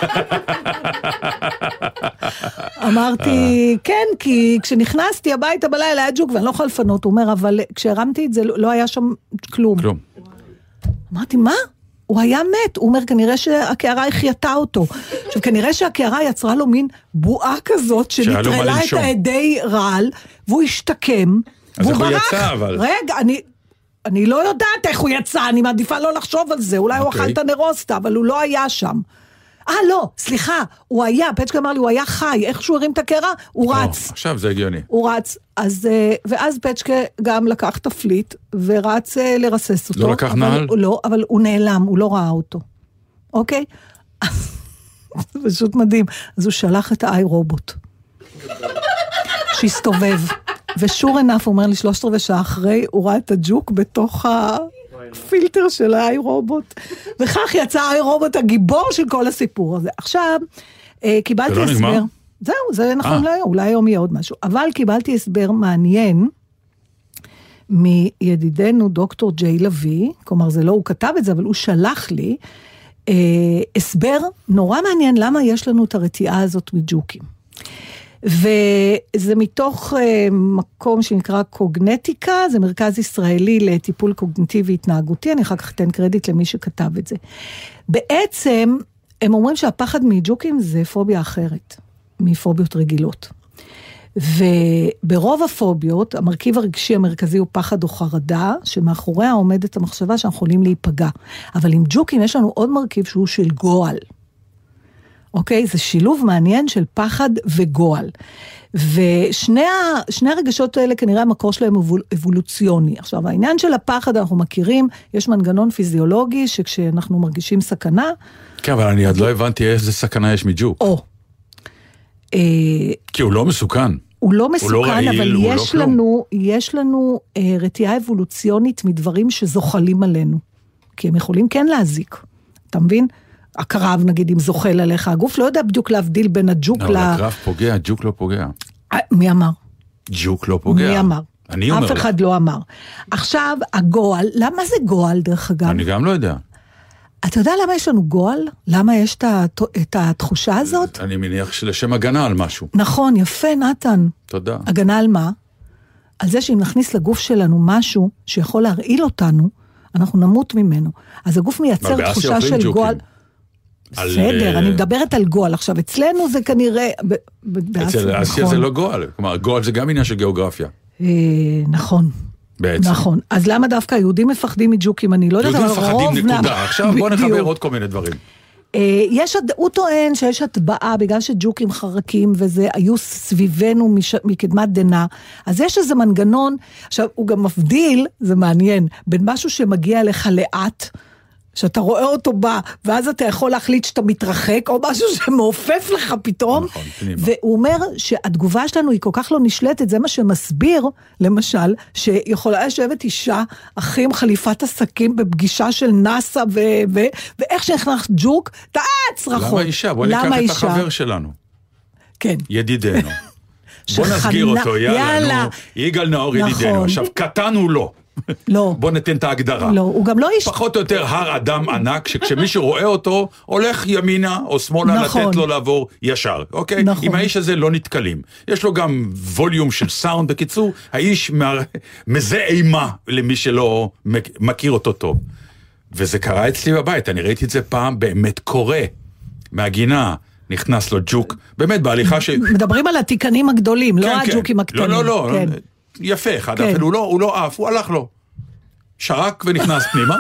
אמרתי, כן, כי כשנכנסתי הביתה בלילה היה ג'וק, ואני לא יכולה לפנות, הוא אומר, אבל כשהרמתי את זה, לא היה שם כלום. כלום. אמרתי, מה? הוא היה מת, הוא אומר, כנראה שהקערה החייתה אותו. עכשיו, כנראה שהקערה יצרה לו מין בועה כזאת, שנטרלה את העדי רעל, והוא השתקם, אז איך הוא יצא, אבל... רגע, אני... אני לא יודעת איך הוא יצא, אני מעדיפה לא לחשוב על זה, אולי הוא אכל את הנרוסטה, אבל הוא לא היה שם. אה, לא, סליחה, הוא היה, פצ'קה אמר לי, הוא היה חי, איך שהוא הרים את הקערה, הוא רץ. עכשיו זה הגיוני. הוא רץ, אז, ואז פצ'קה גם לקח תפליט, ורץ לרסס אותו. לא לקח נעל? לא, אבל הוא נעלם, הוא לא ראה אותו. אוקיי? זה פשוט מדהים. אז הוא שלח את האי רובוט. שהסתובב. ושור ענף, הוא אומר לי, שלושת רבעי שעה אחרי, הוא ראה את הג'וק בתוך הפילטר של האי רובוט. וכך יצא האי רובוט הגיבור של כל הסיפור הזה. עכשיו, קיבלתי הסבר. זה לא נגמר? זהו, זה נכון להיום, אולי היום יהיה עוד משהו. אבל קיבלתי הסבר מעניין, מידידנו דוקטור ג'יי לוי, כלומר זה לא הוא כתב את זה, אבל הוא שלח לי, אה, הסבר נורא מעניין למה יש לנו את הרתיעה הזאת מג'וקים. וזה מתוך אה, מקום שנקרא קוגנטיקה, זה מרכז ישראלי לטיפול קוגניטיבי התנהגותי, אני אחר כך אתן קרדיט למי שכתב את זה. בעצם, הם אומרים שהפחד מג'וקים זה פוביה אחרת, מפוביות רגילות. וברוב הפוביות, המרכיב הרגשי המרכזי הוא פחד או חרדה, שמאחוריה עומדת המחשבה שאנחנו יכולים להיפגע. אבל עם ג'וקים יש לנו עוד מרכיב שהוא של גועל. אוקיי? זה שילוב מעניין של פחד וגועל. ושני שני הרגשות האלה כנראה המקור שלהם אבול, אבולוציוני. עכשיו, העניין של הפחד אנחנו מכירים, יש מנגנון פיזיולוגי שכשאנחנו מרגישים סכנה... כן, אבל אני עוד לא הבנתי איזה סכנה יש מג'וק. או. כי הוא לא מסוכן. הוא לא מסוכן, הוא לא רעיל, אבל הוא יש לא לנו, יש לנו אה, רתיעה אבולוציונית מדברים שזוחלים עלינו. כי הם יכולים כן להזיק. אתה מבין? הקרב, נגיד, אם זוחל עליך, הגוף לא יודע בדיוק להבדיל בין הג'וק לא, ל... הקרב פוגע, ג'וק לא פוגע. מי אמר? ג'וק לא פוגע. מי אמר? אני אומר לך. אף אחד לא אמר. עכשיו, הגועל, למה זה גועל דרך אגב? אני גם לא יודע. אתה יודע למה יש לנו גועל? למה יש את התחושה הזאת? אני מניח שלשם הגנה על משהו. נכון, יפה, נתן. תודה. הגנה על מה? על זה שאם נכניס לגוף שלנו משהו שיכול להרעיל אותנו, אנחנו נמות ממנו. אז הגוף מייצר תחושה של גועל. בסדר, אני מדברת על גועל. עכשיו, אצלנו זה כנראה... אצל אסיה זה לא גועל. כלומר, גועל זה גם עניין של גיאוגרפיה. נכון. בעצם. נכון. אז למה דווקא היהודים מפחדים מג'וקים? אני לא יודעת, אבל רוב... יהודים מפחדים נקודה. עכשיו בוא נחבר עוד כל מיני דברים. יש, הוא טוען שיש הטבעה, בגלל שג'וקים חרקים, וזה היו סביבנו מש, מקדמת דנה, אז יש איזה מנגנון, עכשיו הוא גם מבדיל, זה מעניין, בין משהו שמגיע לך לאט, שאתה רואה אותו בא, ואז אתה יכול להחליט שאתה מתרחק, או משהו שמעופף לך פתאום, נכון, פנימה. והוא אומר שהתגובה שלנו היא כל כך לא נשלטת, זה מה שמסביר, למשל, שיכולה לשבת אישה, אחי עם חליפת עסקים, בפגישה של נאסא, ו- ו- ואיך שנכנס ג'וק, תעץ רחוק. למה אישה? בוא ניקח את אישה? החבר שלנו. כן. ידידנו. בוא נסגיר אותו, יאללה, יאללה. נו, יגאל נאור נכון. ידידנו. עכשיו, קטן הוא לא. לא. בוא ניתן את ההגדרה. לא, הוא גם לא איש... פחות או יותר הר אדם ענק, שכשמישהו רואה אותו, הולך ימינה או שמאלה נכון. לתת לו לעבור ישר, אוקיי? נכון. עם האיש הזה לא נתקלים. יש לו גם ווליום של סאונד, בקיצור, האיש מזה אימה למי שלא מכיר אותו טוב. וזה קרה אצלי בבית, אני ראיתי את זה פעם באמת קורה, מהגינה, נכנס לו ג'וק, באמת בהליכה ש... מדברים על התיקנים הגדולים, כן, לא כן. הג'וקים הקטנים. לא, לא, לא. כן. יפה אחד, כן. אפילו לא, הוא לא אף, הוא הלך לו. שרק ונכנס פנימה,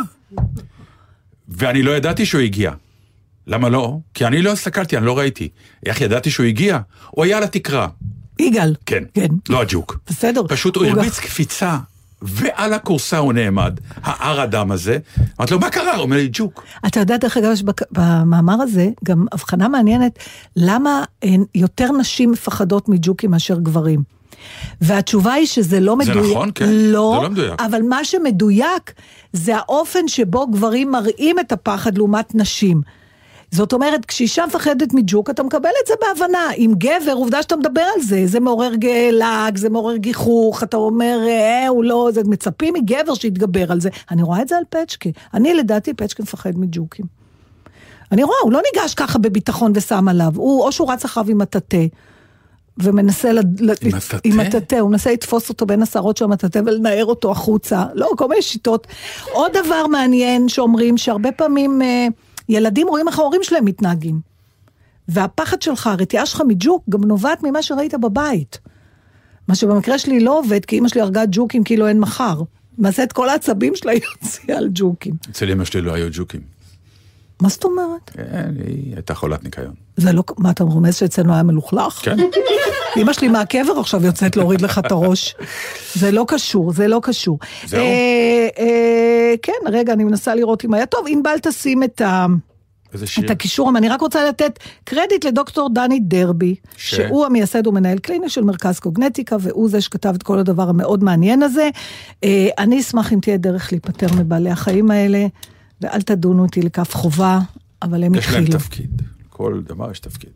ואני לא ידעתי שהוא הגיע. למה לא? כי אני לא הסתכלתי, אני לא ראיתי. איך ידעתי שהוא הגיע? הוא היה על התקרה. יגאל. כן, כן. לא הג'וק. בסדר. פשוט הוא הרביץ קפיצה ועל הקורסה הוא נעמד, הער אדם הזה, אמרתי לו, מה קרה? הוא אומר לי, ג'וק. אתה יודע, דרך אגב, במאמר הזה, גם הבחנה מעניינת, למה יותר נשים מפחדות מג'וקים מאשר גברים. והתשובה היא שזה לא מדויק. זה נכון, כן, לא, זה לא מדויק. אבל מה שמדויק, זה האופן שבו גברים מראים את הפחד לעומת נשים. זאת אומרת, כשאישה מפחדת מג'וק, אתה מקבל את זה בהבנה. עם גבר, עובדה שאתה מדבר על זה, זה מעורר גלג, זה מעורר גיחוך, אתה אומר, אה, הוא לא, זה מצפים מגבר שיתגבר על זה. אני רואה את זה על פצ'קי. אני, לדעתי, פצ'קי מפחד מג'וקים. אני רואה, הוא לא ניגש ככה בביטחון ושם עליו. הוא, או שהוא רץ אחריו עם הטטה, ומנסה ל... עם הטטה? עם הטטה, הוא מנסה לתפוס אותו בין השערות של הטטה ולנער אותו החוצה. לא, כל מיני שיטות. עוד דבר מעניין שאומרים, שהרבה פעמים ילדים רואים איך ההורים שלהם מתנהגים. והפחד שלך, הרתיעה שלך מג'וק, גם נובעת ממה שראית בבית. מה שבמקרה שלי לא עובד, כי אמא שלי הרגה ג'וקים כאילו אין מחר. מעשה את כל העצבים שלה יוציא על ג'וקים. אצל אמא שלי לא היו ג'וקים. מה זאת אומרת? כן, היא הייתה חולת ניקיון. זה לא, מה אתה רומז שאצלנו היה מלוכלך? כן. אמא שלי מהקבר עכשיו יוצאת להוריד לך את הראש. זה לא קשור, זה לא קשור. זהו. אה, אה, כן, רגע, אני מנסה לראות אם היה טוב. אם בל תשים את ה... איזה שיר? את הקישור, אני רק רוצה לתת קרדיט לדוקטור דני דרבי, ש... שהוא המייסד ומנהל קליני של מרכז קוגנטיקה, והוא זה שכתב את כל הדבר המאוד מעניין הזה. אה, אני אשמח אם תהיה דרך להיפטר מבעלי החיים האלה, ואל תדונו אותי לכף חובה, אבל הם יש להם התחילו. תפקיד, כל דבר יש תפקיד.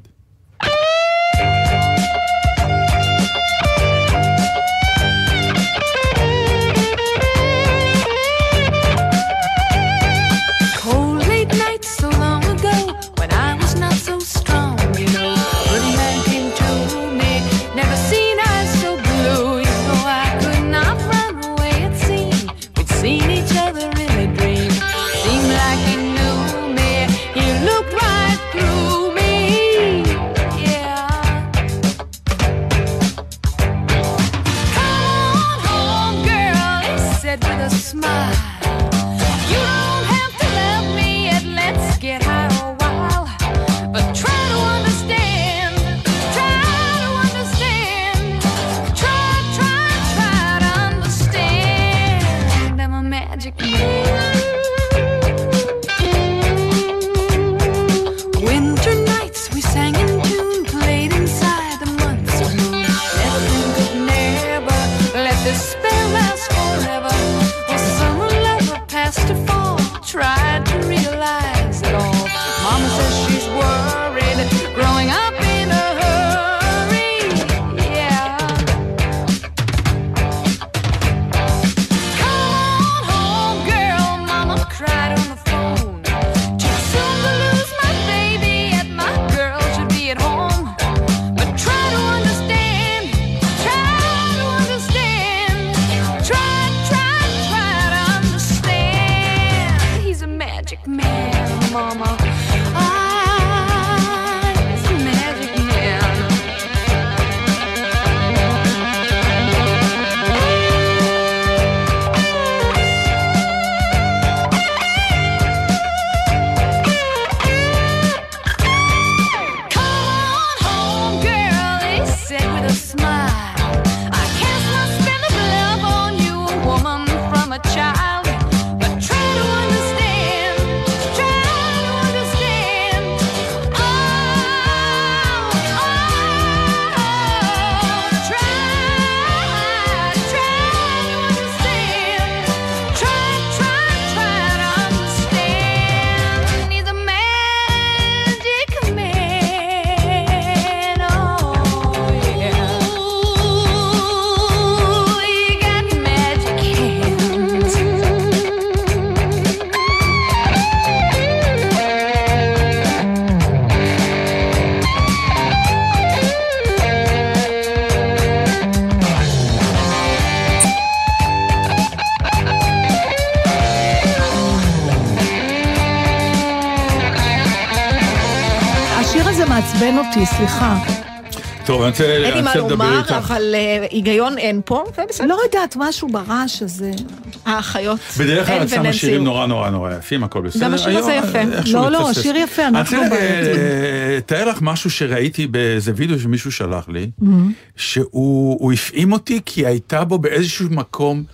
מעצבן אותי, סליחה. טוב, אני רוצה לדבר איתך. אין לי מה לומר, אבל היגיון אין פה, ובסדר. לא יודעת, משהו ברעש הזה. האחיות. בדרך כלל את שמה שירים נורא נורא נורא יפים, הכל בסדר. גם השיר הזה יפה. לא, לא, השיר יפה, אנחנו בעצם. אני רוצה לתאר לך משהו שראיתי באיזה וידאו שמישהו שלח לי, שהוא הפעים אותי כי הייתה בו באיזשהו מקום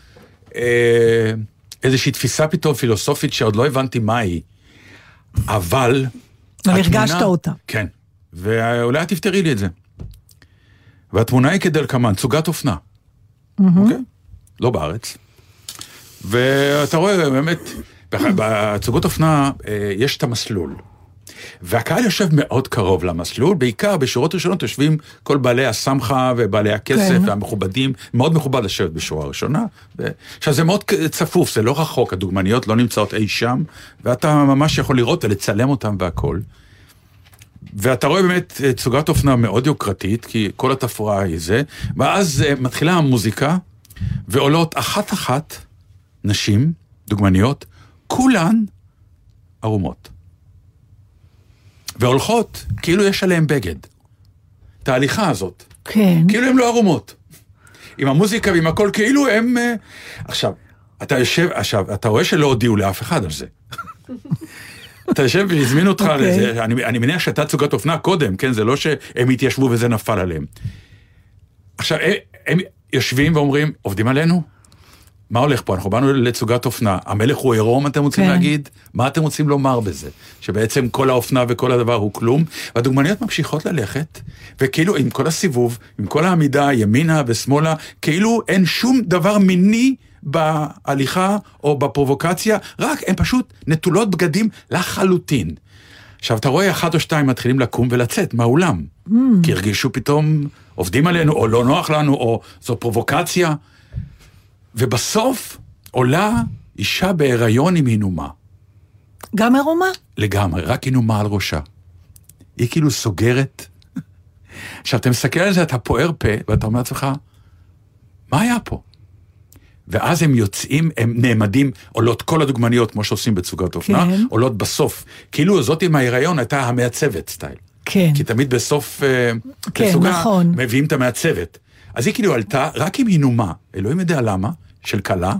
אה, איזושהי תפיסה פתאום פילוסופית שעוד לא הבנתי מה היא, אבל... אבל הרגשת אותה. כן, ואולי את תפתרי לי את זה. והתמונה היא כדלקמן, צוגת אופנה. אוקיי? לא בארץ. ואתה רואה באמת, בצוגות אופנה יש את המסלול. והקהל יושב מאוד קרוב למסלול, בעיקר בשורות ראשונות יושבים כל בעלי הסמכה ובעלי הכסף כן. והמכובדים, מאוד מכובד לשבת בשורה הראשונה. עכשיו זה מאוד צפוף, זה לא רחוק, הדוגמניות לא נמצאות אי שם, ואתה ממש יכול לראות ולצלם אותם והכל. ואתה רואה באמת צוגת אופנה מאוד יוקרתית, כי כל התפאורה היא זה, ואז מתחילה המוזיקה, ועולות אחת אחת נשים, דוגמניות, כולן ערומות. והולכות, כאילו יש עליהם בגד. תהליכה הזאת. כן. כאילו הם לא ערומות. עם המוזיקה ועם הכל, כאילו הם... עכשיו, אתה יושב, עכשיו, אתה רואה שלא הודיעו לאף אחד על זה. אתה יושב והזמין אותך okay. לזה, אני, אני מניח שאתה צוגת אופנה קודם, כן? זה לא שהם התיישבו וזה נפל עליהם. עכשיו, הם, הם יושבים ואומרים, עובדים עלינו? מה הולך פה? אנחנו באנו לצוגת אופנה. המלך הוא עירום, אתם רוצים כן. להגיד? מה אתם רוצים לומר בזה? שבעצם כל האופנה וכל הדבר הוא כלום, והדוגמניות ממשיכות ללכת, וכאילו עם כל הסיבוב, עם כל העמידה, ימינה ושמאלה, כאילו אין שום דבר מיני בהליכה או בפרובוקציה, רק הן פשוט נטולות בגדים לחלוטין. עכשיו, אתה רואה אחת או שתיים מתחילים לקום ולצאת מהאולם, mm. כי הרגישו פתאום עובדים עלינו, או לא נוח לנו, או זו פרובוקציה, ובסוף עולה אישה בהיריון עם עינומה. גם עירומה? לגמרי, רק עינומה על ראשה. היא כאילו סוגרת. עכשיו, אתה מסתכל על זה, אתה פוער פה, ואתה אומר לעצמך, מה היה פה? ואז הם יוצאים, הם נעמדים, עולות כל הדוגמניות, כמו שעושים בצוגת אופנה, כן. עולות בסוף. כאילו זאת עם ההיריון הייתה המעצבת סטייל. כן. כי תמיד בסוף כן, תצוגה נכון. מביאים את המעצבת. אז היא כאילו עלתה רק עם עינומה, אלוהים יודע למה, של קלה,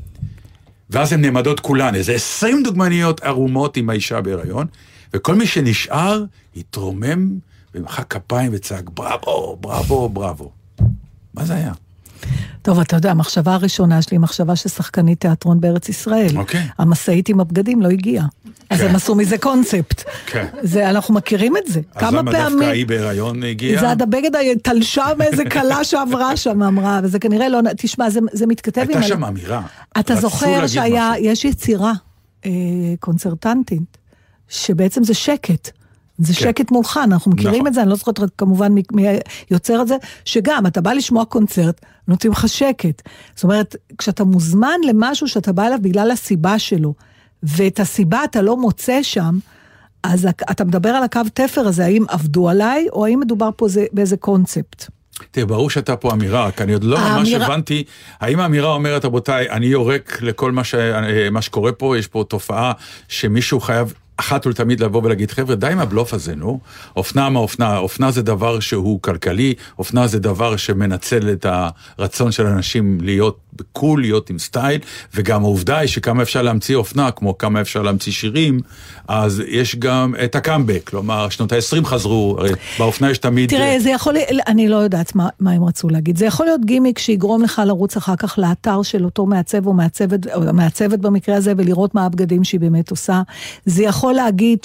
ואז הן נעמדות כולן, איזה עשרים דוגמניות ערומות עם האישה בהיריון, וכל מי שנשאר התרומם ומחא כפיים וצעק, בראבו, בראבו, בראבו. מה זה היה? טוב, אתה יודע, המחשבה הראשונה שלי היא מחשבה ששחקנית תיאטרון בארץ ישראל. אוקיי. המסעית עם הבגדים לא הגיעה. אז הם עשו מזה קונספט. כן. זה, אנחנו מכירים את זה. אז למה דווקא היא בהיריון הגיעה? זה הבגד תלשה מאיזה קלה שעברה שם, אמרה, וזה כנראה לא... תשמע, זה, זה מתכתב עם... הייתה שם אמירה. אתה זוכר שהיה, יש יצירה אה, קונצרטנטית, שבעצם זה שקט. זה כן. שקט מולך, אנחנו מכירים נכון. את זה, אני לא זוכרת כמובן מי יוצר את זה, שגם, אתה בא לשמוע קונצרט, נותנים לך שקט. זאת אומרת, כשאתה מוזמן למשהו שאתה בא אליו בגלל הסיבה שלו, ואת הסיבה אתה לא מוצא שם, אז אתה מדבר על הקו תפר הזה, האם עבדו עליי, או האם מדובר פה זה, באיזה קונספט? תראה, ברור שאתה פה אמירה, כי אני עוד לא ממש הבנתי, האם האמירה אומרת, רבותיי, אני יורק לכל מה, ש... מה שקורה פה, יש פה תופעה שמישהו חייב... אחת ולתמיד לבוא ולהגיד, חבר'ה, די עם הבלוף הזה, נו. אופנה מה אופנה? אופנה זה דבר שהוא כלכלי, אופנה זה דבר שמנצל את הרצון של אנשים להיות בקול, להיות עם סטייל, וגם העובדה היא שכמה אפשר להמציא אופנה, כמו כמה אפשר להמציא שירים, אז יש גם את הקאמבק, כלומר, שנות ה-עשרים חזרו, הרי באופנה יש תמיד... תראה, זה יכול, אני לא יודעת מה, מה הם רצו להגיד, זה יכול להיות גימיק שיגרום לך לרוץ אחר כך לאתר של אותו מעצב או מעצבת, או מעצבת במקרה הזה, ולראות מה הבגדים שהיא באמת עושה. זה יכול להגיד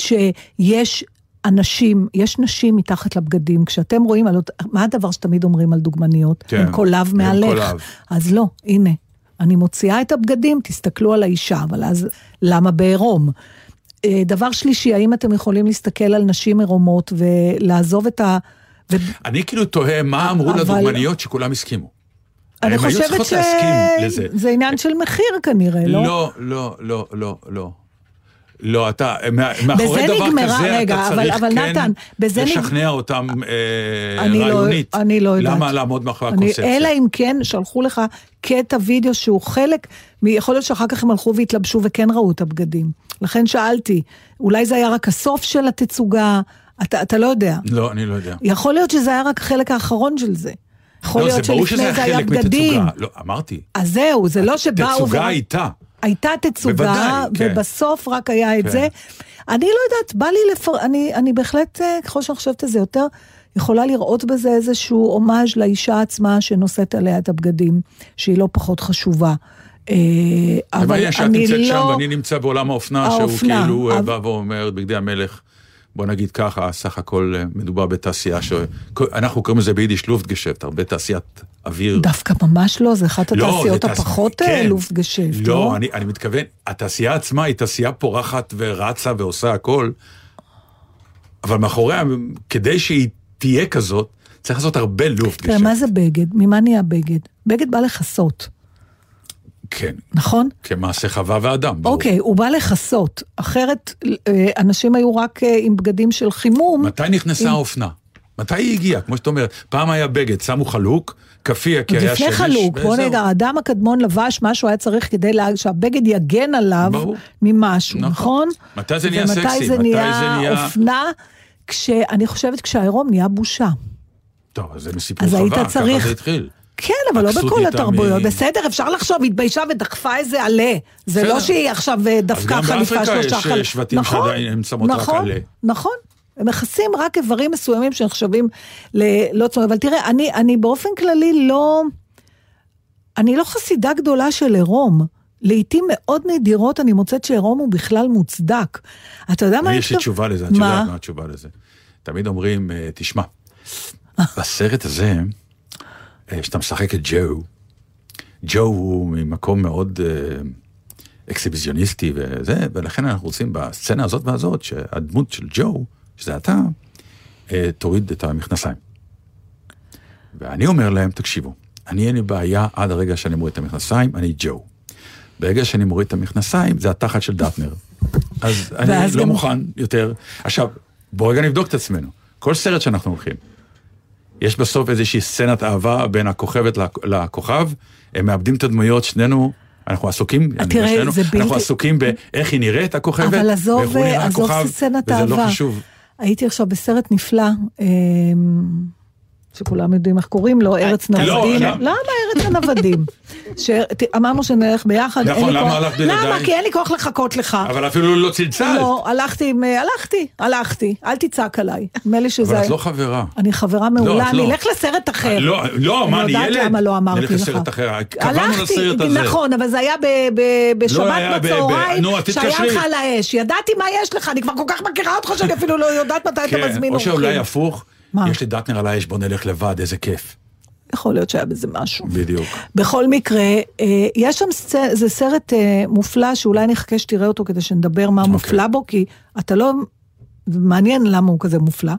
שיש אנשים, יש נשים מתחת לבגדים, כשאתם רואים, על, מה הדבר שתמיד אומרים על דוגמניות? כן, הם קולב מהלך. אז לא, הנה, אני מוציאה את הבגדים, תסתכלו על האישה, אבל אז למה בעירום? דבר שלישי, האם אתם יכולים להסתכל על נשים עירומות ולעזוב את ה... ו... אני כאילו תוהה מה אמרו אבל... לדוגמניות שכולם הסכימו. אני חושבת שזה עניין של מחיר כנראה, לא? לא, לא, לא, לא, לא. לא, אתה, מאחורי דבר נגמרה, כזה, רגע, אתה אבל, צריך אבל כן נתן, לשכנע נג... אותם אה, אני רעיונית. לא, אני לא יודעת. למה לעמוד מאחורי הקונספציה? אלא אם כן, שלחו לך קטע וידאו שהוא חלק, יכול להיות שאחר כך הם הלכו והתלבשו וכן ראו את הבגדים. לכן שאלתי, אולי זה היה רק הסוף של התצוגה, אתה, אתה לא יודע. לא, אני לא יודע. יכול להיות שזה היה רק החלק האחרון של זה. יכול לא, להיות זה ברור שזה זה היה חלק מתצוגה. לא, אמרתי. אז זהו, זה לא שבאו... תצוגה הייתה. הייתה תצוגה, כן. ובסוף רק היה את כן. זה. אני לא יודעת, בא לי לפר... אני, אני בהחלט, ככל שאני חושבת את זה יותר, יכולה לראות בזה איזשהו אומאז' לאישה עצמה שנושאת עליה את הבגדים, שהיא לא פחות חשובה. אבל אני שאת נמצאת לא... שם ואני נמצא בעולם האופנה, האופנה שהוא כאילו אבל... בא ואומר בגדי המלך, בוא נגיד ככה, סך הכל מדובר בתעשייה, שאנחנו קוראים לזה ביידיש לופטגשפט, הרבה תעשיית אוויר. דווקא ממש לא, זה אחת התעשיות לא, הפחות כן. לופטגשפט. לא, לא? אני, אני מתכוון, התעשייה עצמה היא תעשייה פורחת ורצה ועושה הכל, אבל מאחוריה, כדי שהיא תהיה כזאת, צריך לעשות הרבה לופטגשפט. תראה, מה זה בגד? ממה נהיה בגד? בגד בא לחסות. כן. נכון? כמעשה חווה ואדם. אוקיי, הוא בא לחסות. אחרת, אנשים היו רק עם בגדים של חימום. מתי נכנסה האופנה? מתי היא הגיעה? כמו שאתה אומר, פעם היה בגד, שמו חלוק, כפיה, כי היה שמש. לפני חלוק, בוא נגע, האדם הקדמון לבש משהו היה צריך כדי שהבגד יגן עליו ממשהו, נכון? מתי זה נהיה סקסי? מתי זה נהיה אופנה? כשאני חושבת כשהעירום נהיה בושה. טוב, אז זה מסיפור חווה, ככה זה התחיל. כן, אבל לא בכל התרבויות. בסדר, אפשר לחשוב, התביישה ודחפה איזה עלה. זה לא שהיא עכשיו דווקא חליפה שלושה חליפה. אז גם באפריקה יש שבטים שעדיין שמות רק עלה. נכון, הם מכסים רק איברים מסוימים שנחשבים לא צומח. אבל תראה, אני באופן כללי לא, אני לא חסידה גדולה של עירום. לעתים מאוד נדירות אני מוצאת שעירום הוא בכלל מוצדק. אתה יודע מה? יש לי תשובה לזה, את יודעת מה התשובה לזה. תמיד אומרים, תשמע, בסרט הזה, שאתה משחק את ג'ו, ג'ו הוא ממקום מאוד אקסיביזיוניסטי וזה, ולכן אנחנו רוצים בסצנה הזאת והזאת, שהדמות של ג'ו, שזה אתה, תוריד את המכנסיים. ואני אומר להם, תקשיבו, אני אין לי בעיה עד הרגע שאני מוריד את המכנסיים, אני ג'ו. ברגע שאני מוריד את המכנסיים, זה התחת של דטנר. אז אני לא מוכן יותר. עכשיו, בוא רגע נבדוק את עצמנו. כל סרט שאנחנו הולכים, יש בסוף איזושהי סצנת אהבה בין הכוכבת לכוכב, הם מאבדים את הדמויות, שנינו, אנחנו עסוקים, שנינו, אנחנו עסוקים באיך היא נראית הכוכבת, אבל עזוב, עזוב סצנת אהבה. וזה לא חשוב. הייתי עכשיו בסרט נפלא, שכולם יודעים איך קוראים לו, ארץ נוודים. למה ארץ הנוודים? אמרנו שנלך ביחד. נכון, למה הלכת בלעדיי? למה? כי אין לי כוח לחכות לך. אבל אפילו לא צלצלת. לא, הלכתי, הלכתי, הלכתי. אל תצעק עליי. אבל את לא חברה. אני חברה מעולה, אני אלך לסרט אחר. לא, לא, מה, אני ילד? אני יודעת למה לא אמרתי לך. נלך לסרט אחר. קבענו לסרט הזה. נכון, אבל זה היה בשבת בצהריים, שהיה לך על האש. ידעתי מה יש לך, אני כבר כל כך מכירה אותך שאני אפילו לא יודעת מתי אתה מזמין אורחים. או שאולי הפוך, יש לי דטנר על האש, בוא נלך לבד, איזה כיף. יכול להיות שהיה בזה משהו. בדיוק. בכל מקרה, יש שם, זה סרט מופלא, שאולי נחכה שתראה אותו כדי שנדבר מה מופלא בו, כי אתה לא, מעניין למה הוא כזה מופלא.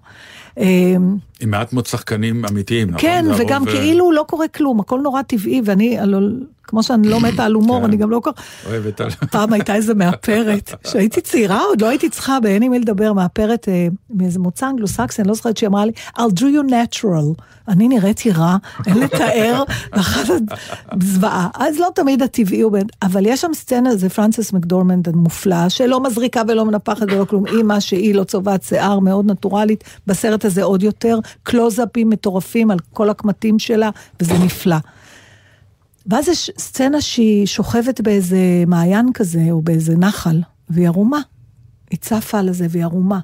עם מעט מאוד שחקנים אמיתיים, נכון? כן, וגם כאילו לא קורה כלום, הכל נורא טבעי, ואני, כמו שאני לא מתה על הומור, אני גם לא קורא... אוהבת על... פעם הייתה איזה מאפרת, שהייתי צעירה, עוד לא הייתי צריכה, ואין עם מי לדבר, מאפרת מאיזה מוצא אנגלו-סקסי, אני לא זוכרת שהיא אמרה לי, I'll do you natural. אני נראיתי רע, אין לתאר, ואחת זוועה. אז לא תמיד הטבעי הוא בין, אבל יש שם סצנה, זה פרנסס מקדורמנד המופלא, שלא מזריקה ולא מנפחת ולא כלום, אימא שהיא לא צובעת שיער מאוד נטורלית, בסרט הזה עוד יותר, קלוזאפים מטורפים על כל הקמטים שלה, וזה נפלא. ואז יש סצנה שהיא שוכבת באיזה מעיין כזה, או באיזה נחל, והיא ערומה. היא צפה על זה והיא ערומה.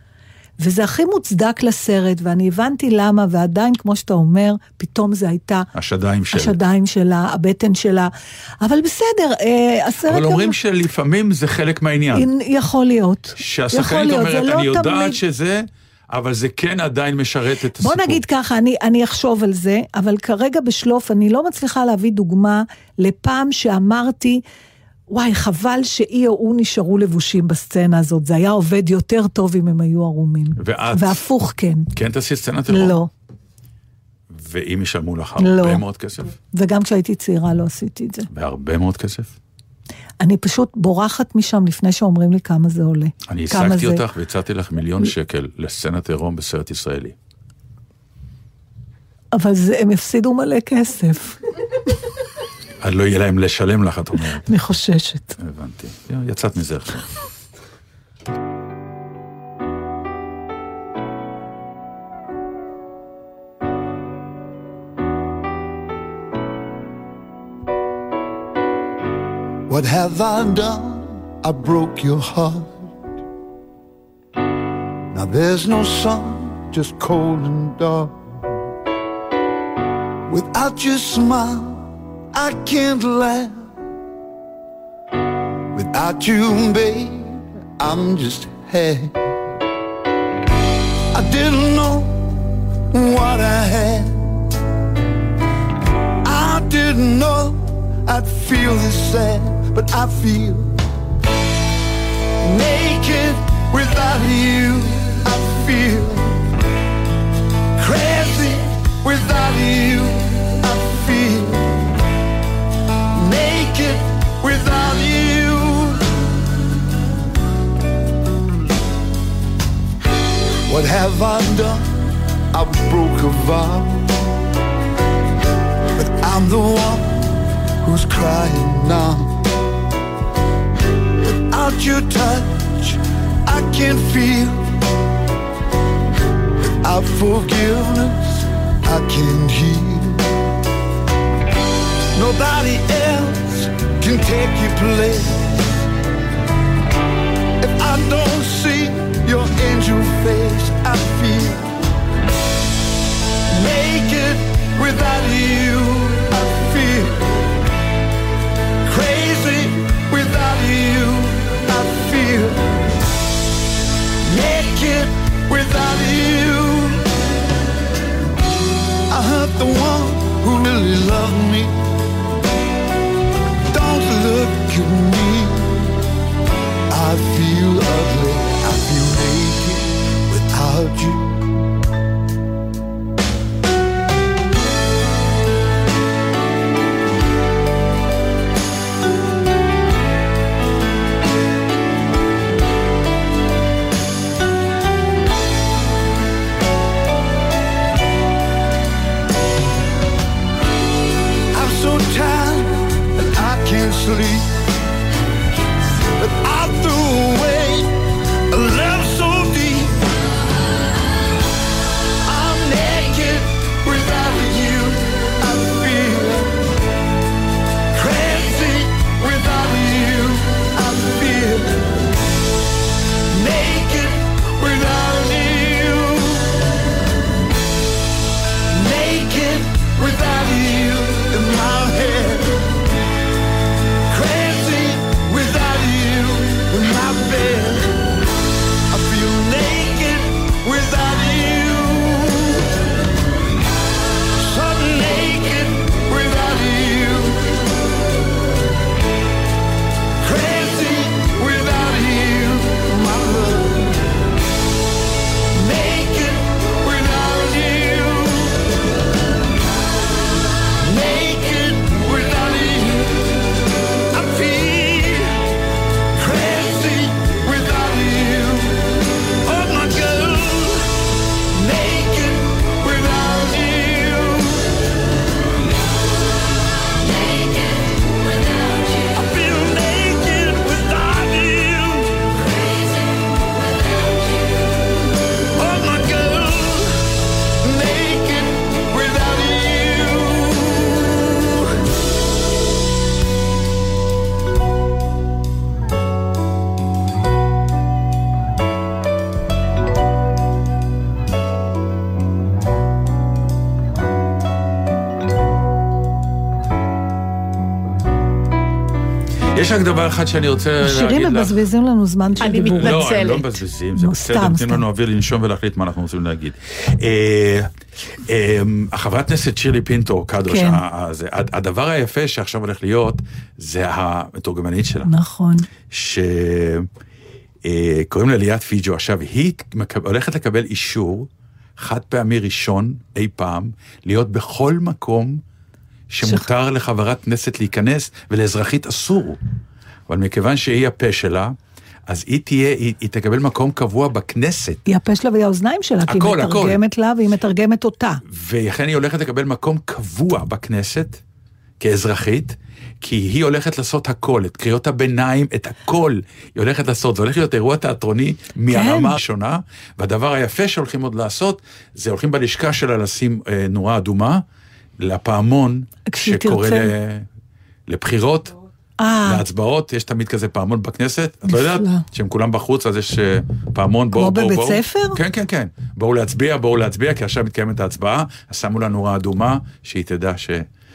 וזה הכי מוצדק לסרט, ואני הבנתי למה, ועדיין, כמו שאתה אומר, פתאום זה הייתה... השדיים שלה. השדיים שלה, הבטן שלה. אבל בסדר, הסרט... אבל אומרים גם... שלפעמים זה חלק מהעניין. יכול להיות. שהשחקנית אומרת, אני יודעת תמיד... שזה... אבל זה כן עדיין משרת את הסיפור. בוא נגיד ככה, אני, אני אחשוב על זה, אבל כרגע בשלוף אני לא מצליחה להביא דוגמה לפעם שאמרתי, וואי, חבל שהיא או הוא נשארו לבושים בסצנה הזאת, זה היה עובד יותר טוב אם הם היו ערומים. ואת? והפוך כן. כן תעשי סצנה טרור? לא. ואם ישלמו לך הרבה לא. מאוד כסף? וגם כשהייתי צעירה לא עשיתי את זה. בהרבה מאוד כסף? אני פשוט בורחת משם לפני שאומרים לי כמה זה עולה. אני השגתי זה... אותך והצעתי לך מיליון שקל לסצנת עירום בסרט ישראלי. אבל זה, הם הפסידו מלא כסף. אז לא יהיה להם לשלם לך, את אומרת. אני חוששת. הבנתי. יצאת מזה עכשיו. What have I done? I broke your heart. Now there's no sun, just cold and dark. Without your smile, I can't laugh. Without you, babe, I'm just happy. I didn't know what I had. I didn't know I'd feel this sad, but I feel naked without you. I feel crazy without you. I feel naked without you. What have I done? I broke a vow, but I'm the one who's crying now. Without your touch, I can't feel. Without forgiveness, I can't heal. Nobody else can take your place. If I don't see your angel face, I feel naked without you. I feel crazy without you. I feel naked without you. I hurt the one who really loved me. Don't look at me. I feel ugly. I feel naked without you. Sleep, but I threw away a love so deep. I'm naked without you. I feel crazy without you. I feel naked without you. Naked without you in my head. I feel naked without you. So naked without you. Crazy without you, my love. Naked without you. Naked without you. I feel crazy without you. Oh my girl, naked without you. Naked without you. I feel naked without you. Crazy without you. Oh my girl, naked without you. יש רק דבר אחד שאני רוצה להגיד לך. השירים מבזבזים לנו זמן של אני דיבורים. לא, מתנצלת. הם לא מבזבזים, זה נו, בסדר, סתם, נותנים סתם. לנו אוויר לנשום ולהחליט מה אנחנו רוצים להגיד. אה, אה, החברת כנסת שירלי פינטו קדוש, כן. ה- זה- הדבר היפה שעכשיו הולך להיות, זה המתורגמנית שלה. נכון. שקוראים לה ליאת פיג'ו. עכשיו, היא מקב- הולכת לקבל אישור חד פעמי ראשון אי פעם, להיות בכל מקום שמותר לחברת כנסת להיכנס, ולאזרחית אסור. אבל מכיוון שהיא הפה שלה, אז היא תהיה, היא, היא תקבל מקום קבוע בכנסת. היא הפה שלה והיא האוזניים שלה, כי היא הכל, הכל. מתרגמת לה והיא מתרגמת אותה. ולכן היא הולכת לקבל מקום קבוע בכנסת, כאזרחית, כי היא הולכת לעשות הכל, את קריאות הביניים, את הכל, היא הולכת לעשות, זה הולך להיות אירוע תיאטרוני מהרמה הראשונה, והדבר היפה שהולכים עוד לעשות, זה הולכים בלשכה שלה לשים אה, נורה אדומה, לפעמון שקורא ל... לבחירות, אה, להצבעות, יש תמיד כזה פעמון בכנסת, את לא יודעת? נפלא. שהם כולם בחוץ, אז יש אה, פעמון, בואו, כמו בואו, בבית בואו. ספר? כן, כן, כן. בואו להצביע, בואו להצביע, כי עכשיו מתקיימת ההצבעה, אז שמו לה נורה אדומה, שהיא תדע ש...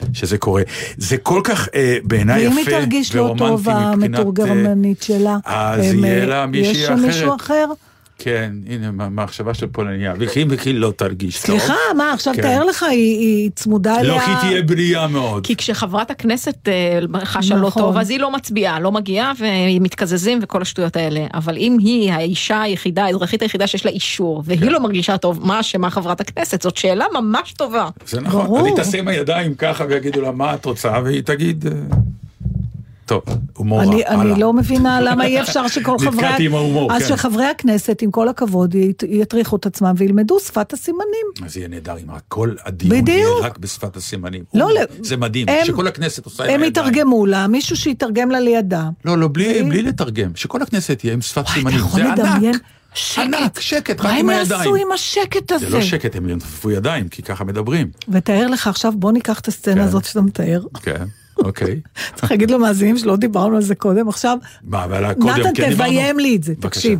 שזה קורה. זה כל כך אה, בעיניי יפה ואם ורומנטי היא תרגיש לא טוב מבחינת... המתורגמנית שלה, אז הם, יהיה לה מישהי אחרת. יש מישהו אחר? כן, הנה, מהמחשבה של פולניה. וכי וכי לא תרגיש טוב. סליחה, מה, עכשיו כן. תאר לך, היא, היא צמודה אליה... לא, כי תהיה בריאה מאוד. כי כשחברת הכנסת אה, חשה לא נכון. טוב, אז היא לא מצביעה, לא מגיעה, ומתקזזים וכל השטויות האלה. אבל אם היא האישה היחידה, האזרחית היחידה שיש לה אישור, והיא לא מרגישה טוב, מה אשמה חברת הכנסת? זאת שאלה ממש טובה. זה נכון. ברור. אז היא תעשה עם הידיים ככה, ויגידו לה מה את רוצה, והיא תגיד... אה, טוב, הומור רע. אני, הלאה. אני לא מבינה למה אי אפשר שכל חברי... נתקעתי עם ההומור, אז כן. שחברי הכנסת, עם כל הכבוד, ית- יטריחו את עצמם וילמדו שפת הסימנים. אז יהיה נהדר אם כל הדיון בדיוק. יהיה רק בשפת הסימנים. לא, או, לא. זה מדהים, הם- שכל הכנסת עושה עם הם הידיים. יתרגמו לה, מישהו שיתרגם לה לידה. לא, לא, בלי, בלי לתרגם. שכל הכנסת תהיה עם שפת וואי, סימנים. אתה יכול זה לדמיין? ענק. שקט. ענק, שקט, רק מה עם הם הידיים. יעשו עם השקט הזה? זה לא שקט, הם ינפפו ידיים, כי ככה מדברים. ותאר לך עכשיו, בוא ניקח את הסצנה כן. הזאת שאתה מתאר. כן, אוקיי. צריך להגיד למאזינים שלא דיברנו על זה קודם. עכשיו, מה, אבל קודם, נתן, כן דיברנו? תביים לי את זה, בבקשה. תקשיב.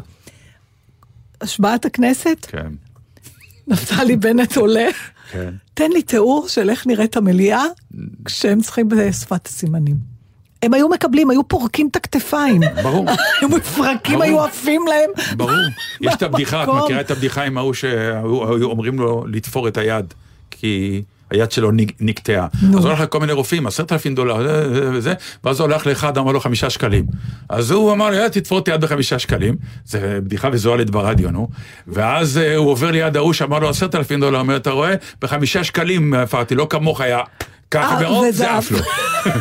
השבעת הכנסת, כן, נפתלי בנט עולה, כן. תן לי תיאור של איך נראית המליאה, כשהם צריכים בשפת הסימנים. הם היו מקבלים, היו פורקים את הכתפיים. ברור. היו מפרקים, ברור. היו עפים להם. ברור. יש את הבדיחה, את במקום. מכירה את הבדיחה עם ההוא שהיו אומרים לו לתפור את היד, כי היד שלו נק- נקטעה. אז הוא הולך לכל מיני רופאים, עשרת אלפים דולר, זה, זה, זה, ואז הוא הולך לאחד, אמר לו חמישה שקלים. אז הוא אמר לי, תתפור את היד בחמישה שקלים, זה בדיחה ויזואלית ברדיו, נו. ואז uh, הוא עובר ליד ההוא שאמר לו עשרת אלפים דולר, אומר, אתה רואה, בחמישה שקלים הפרתי, לא כמוך היה ככה אה, ועוד, וזה זה אף. אף לו.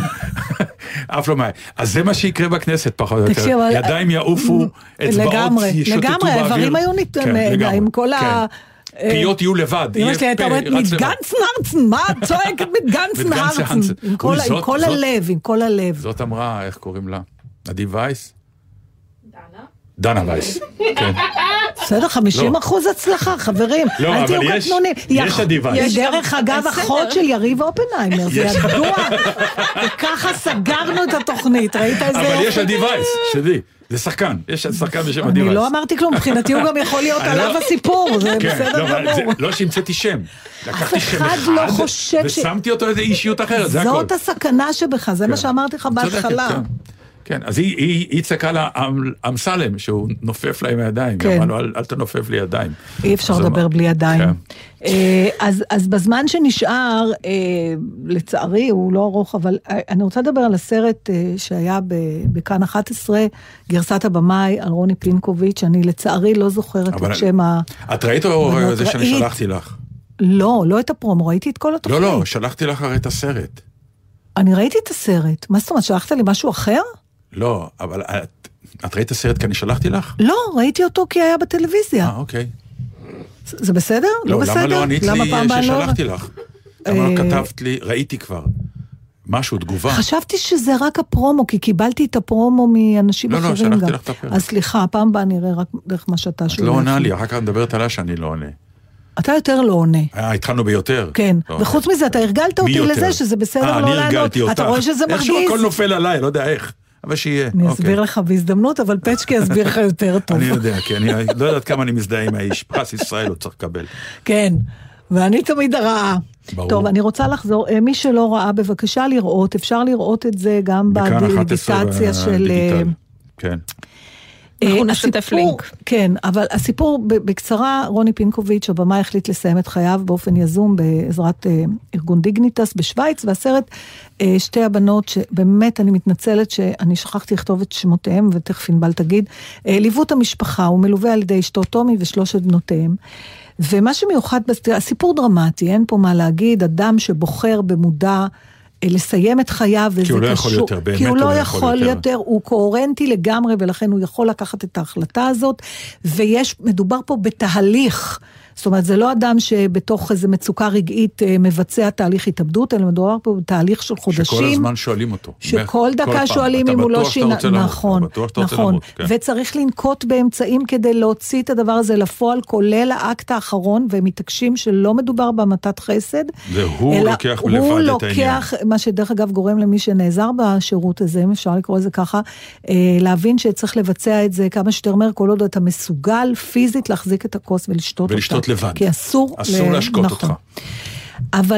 אף לא מה. אז זה מה שיקרה בכנסת פחות או יותר. תקשיב, אבל- ידיים יעופו, אצבעות לגמרי, ישוטטו באוויר. לגמרי, האיברים היו נת- כן, מ- לגמרי, עם כל כן. ה... פיות יהיו לבד. אמא יהיה שלי הייתה פה, אומרת, רץ לבד. מתגנצן הרצן, מה את צועקת מתגנצן מתגנצן הרצן? הרצן. עם כל אוי, ה- עם זאת- כל זאת- הלב, עם כל הלב. זאת אמרה, איך קוראים לה? עדי וייס? דנה. דנה וייס. כן. בסדר, חמישים אחוז הצלחה, חברים. לא, אל אבל תהיו יש- קטנונים. יש יכ- עדי וייס. היא יש דרך גם- אגב בסדר. אחות של יריב אופנהיימר, זה יש- ידוע. וככה סגרנו את התוכנית, ראית איזה אבל יופי? יש עדי וייס, שתדעי. זה שחקן, יש שחקן בשם עדי אני וייס. לא אמרתי כלום, מבחינתי הוא גם יכול להיות אני עליו לא- הסיפור, זה כן, בסדר לא, אבל זה- גמור. לא שהמצאתי שם. לקחתי שם אחד אחד, לא חושב ש- ושמתי אותו איזה אישיות אחרת, זה הכל. זאת הסכנה שבך, זה מה כן. שאמרתי לך צודקת, בהתחלה. כן. כן, אז היא, היא, היא צעקה לה אמ- אמסלם, שהוא נופף לה עם הידיים, כן. היא אמרה לו, אל, אל תנופף לי ידיים. אי אפשר אז לדבר אמר- בלי ידיים. כן. אה, אז, אז בזמן שנשאר, אה, לצערי, הוא לא ארוך, אבל אה, אני רוצה לדבר על הסרט אה, שהיה ב- בכאן אחת עשרה, גרסת הבמאי על רוני פינקוביץ', אני לצערי לא זוכרת אבל- את שם ה... את ראית או אבל את זה שאני ראית? שלחתי לך? לא, לא את הפרומו, ראיתי את כל התוכנית. לא, לא, שלחתי לך הרי את הסרט. אני ראיתי את הסרט. מה זאת אומרת, שלחת לי משהו אחר? לא, אבל את, את ראית את הסרט כי אני שלחתי לך? לא, ראיתי אותו כי היה בטלוויזיה. אה, אוקיי. זה זה בסדר? לא לא, בסדר? למה לא ענית למה לי פעם הבאה לא- ששלחתי לך? למה לא אה, כתבת לי, ראיתי כבר. משהו, תגובה. חשבתי שזה רק הפרומו, כי קיבלתי את הפרומו מאנשים לא, לא, אחרים גם. שלחתי לך את הפרק. אז סליחה, הפעם הבאה נראה רק דרך מה שאתה את שולח. לא עונה לי, אחר כך מדברת עליי שאני לא עונה. אתה יותר לא עונה. אה, התחלנו ביותר. כן, לא, וחוץ מזה, אתה הרגלת מי אותי יותר? לזה שזה בסדר אה, לא אני לענות. הרגלתי אותך. אתה רואה שזה איכשהו מרגיז? הכל נופל עליי, לא יודע איך. אבל שיהיה. אני אוקיי. אסביר לך בהזדמנות, אבל פצ'קי יסביר לך יותר טוב. אני יודע, כי אני לא יודעת כמה אני מזדהה עם האיש. פרס ישראל הוא צריך לקבל. כן, ואני תמיד הרעה. ברור. טוב, אני רוצה לחזור, אה, מי שלא ראה, בבקשה לראות, אפשר לראות את זה גם בכאן אחת עשרה בדיגיטציה של... אה, בדיגיטל. כן. אנחנו אה, נשתף הסיפור- לינק. כן, אבל הסיפור ב- בקצרה, רוני פינקוביץ', הבמה החליט לסיים את חייו באופן יזום בעזרת אה, ארגון דיגניטס בשוויץ, והסרט אה, שתי הבנות שבאמת אני מתנצלת שאני שכחתי לכתוב את שמותיהם, ותכף ענבל תגיד, אה, ליוו את המשפחה, הוא מלווה על ידי אשתו טומי ושלושת בנותיהם. ומה שמיוחד, בסדר, הסיפור דרמטי, אין פה מה להגיד, אדם שבוחר במודע לסיים את חייו, וזה כי הוא לא יכול קשור- יותר, באמת כי הוא הוא לא לא יכול יכול יותר, יותר. הוא קוהרנטי לגמרי, ולכן הוא יכול לקחת את ההחלטה הזאת, ויש, מדובר פה בתהליך, זאת אומרת, זה לא אדם שבתוך איזו מצוקה רגעית אה, מבצע תהליך התאבדות, אלא מדובר פה בתהליך של חודשים. שכל הזמן שואלים אותו. שכל כל דקה פעם. שואלים אתה אם הוא לא בטוח שאתה שינה, רוצה למות, נכון, אתה בטוח שאתה רוצה נכון, למות, כן. וצריך לנקוט באמצעים כדי להוציא את הדבר הזה לפועל, כולל האקט האחרון, והם מתעקשים שלא מדובר בהמתת חסד, והוא אלא לוקח הוא לבד את לוקח, מה שדרך אגב גורם למי שנעזר בשירות הזה, אם אפשר לקרוא לזה ככה, אה, להבין שצריך לבצע את זה כמה שיותר מהר, כל עוד אתה מסוגל פיזית להחזיק את הכוס ולשתות אותה. ולשתות לבד. כי אסור, אסור ל- להשקות נכון. אותך. אבל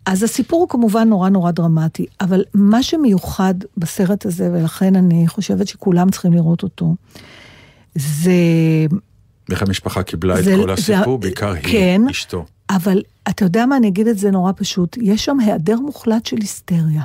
אז הסיפור הוא כמובן נורא נורא דרמטי, אבל מה שמיוחד בסרט הזה, ולכן אני חושבת שכולם צריכים לראות אותו, זה... איך המשפחה קיבלה את כל הסיפור, בעיקר כן, היא, אשתו. אבל אתה יודע מה, אני אגיד את זה נורא פשוט, יש שם היעדר מוחלט של היסטריה.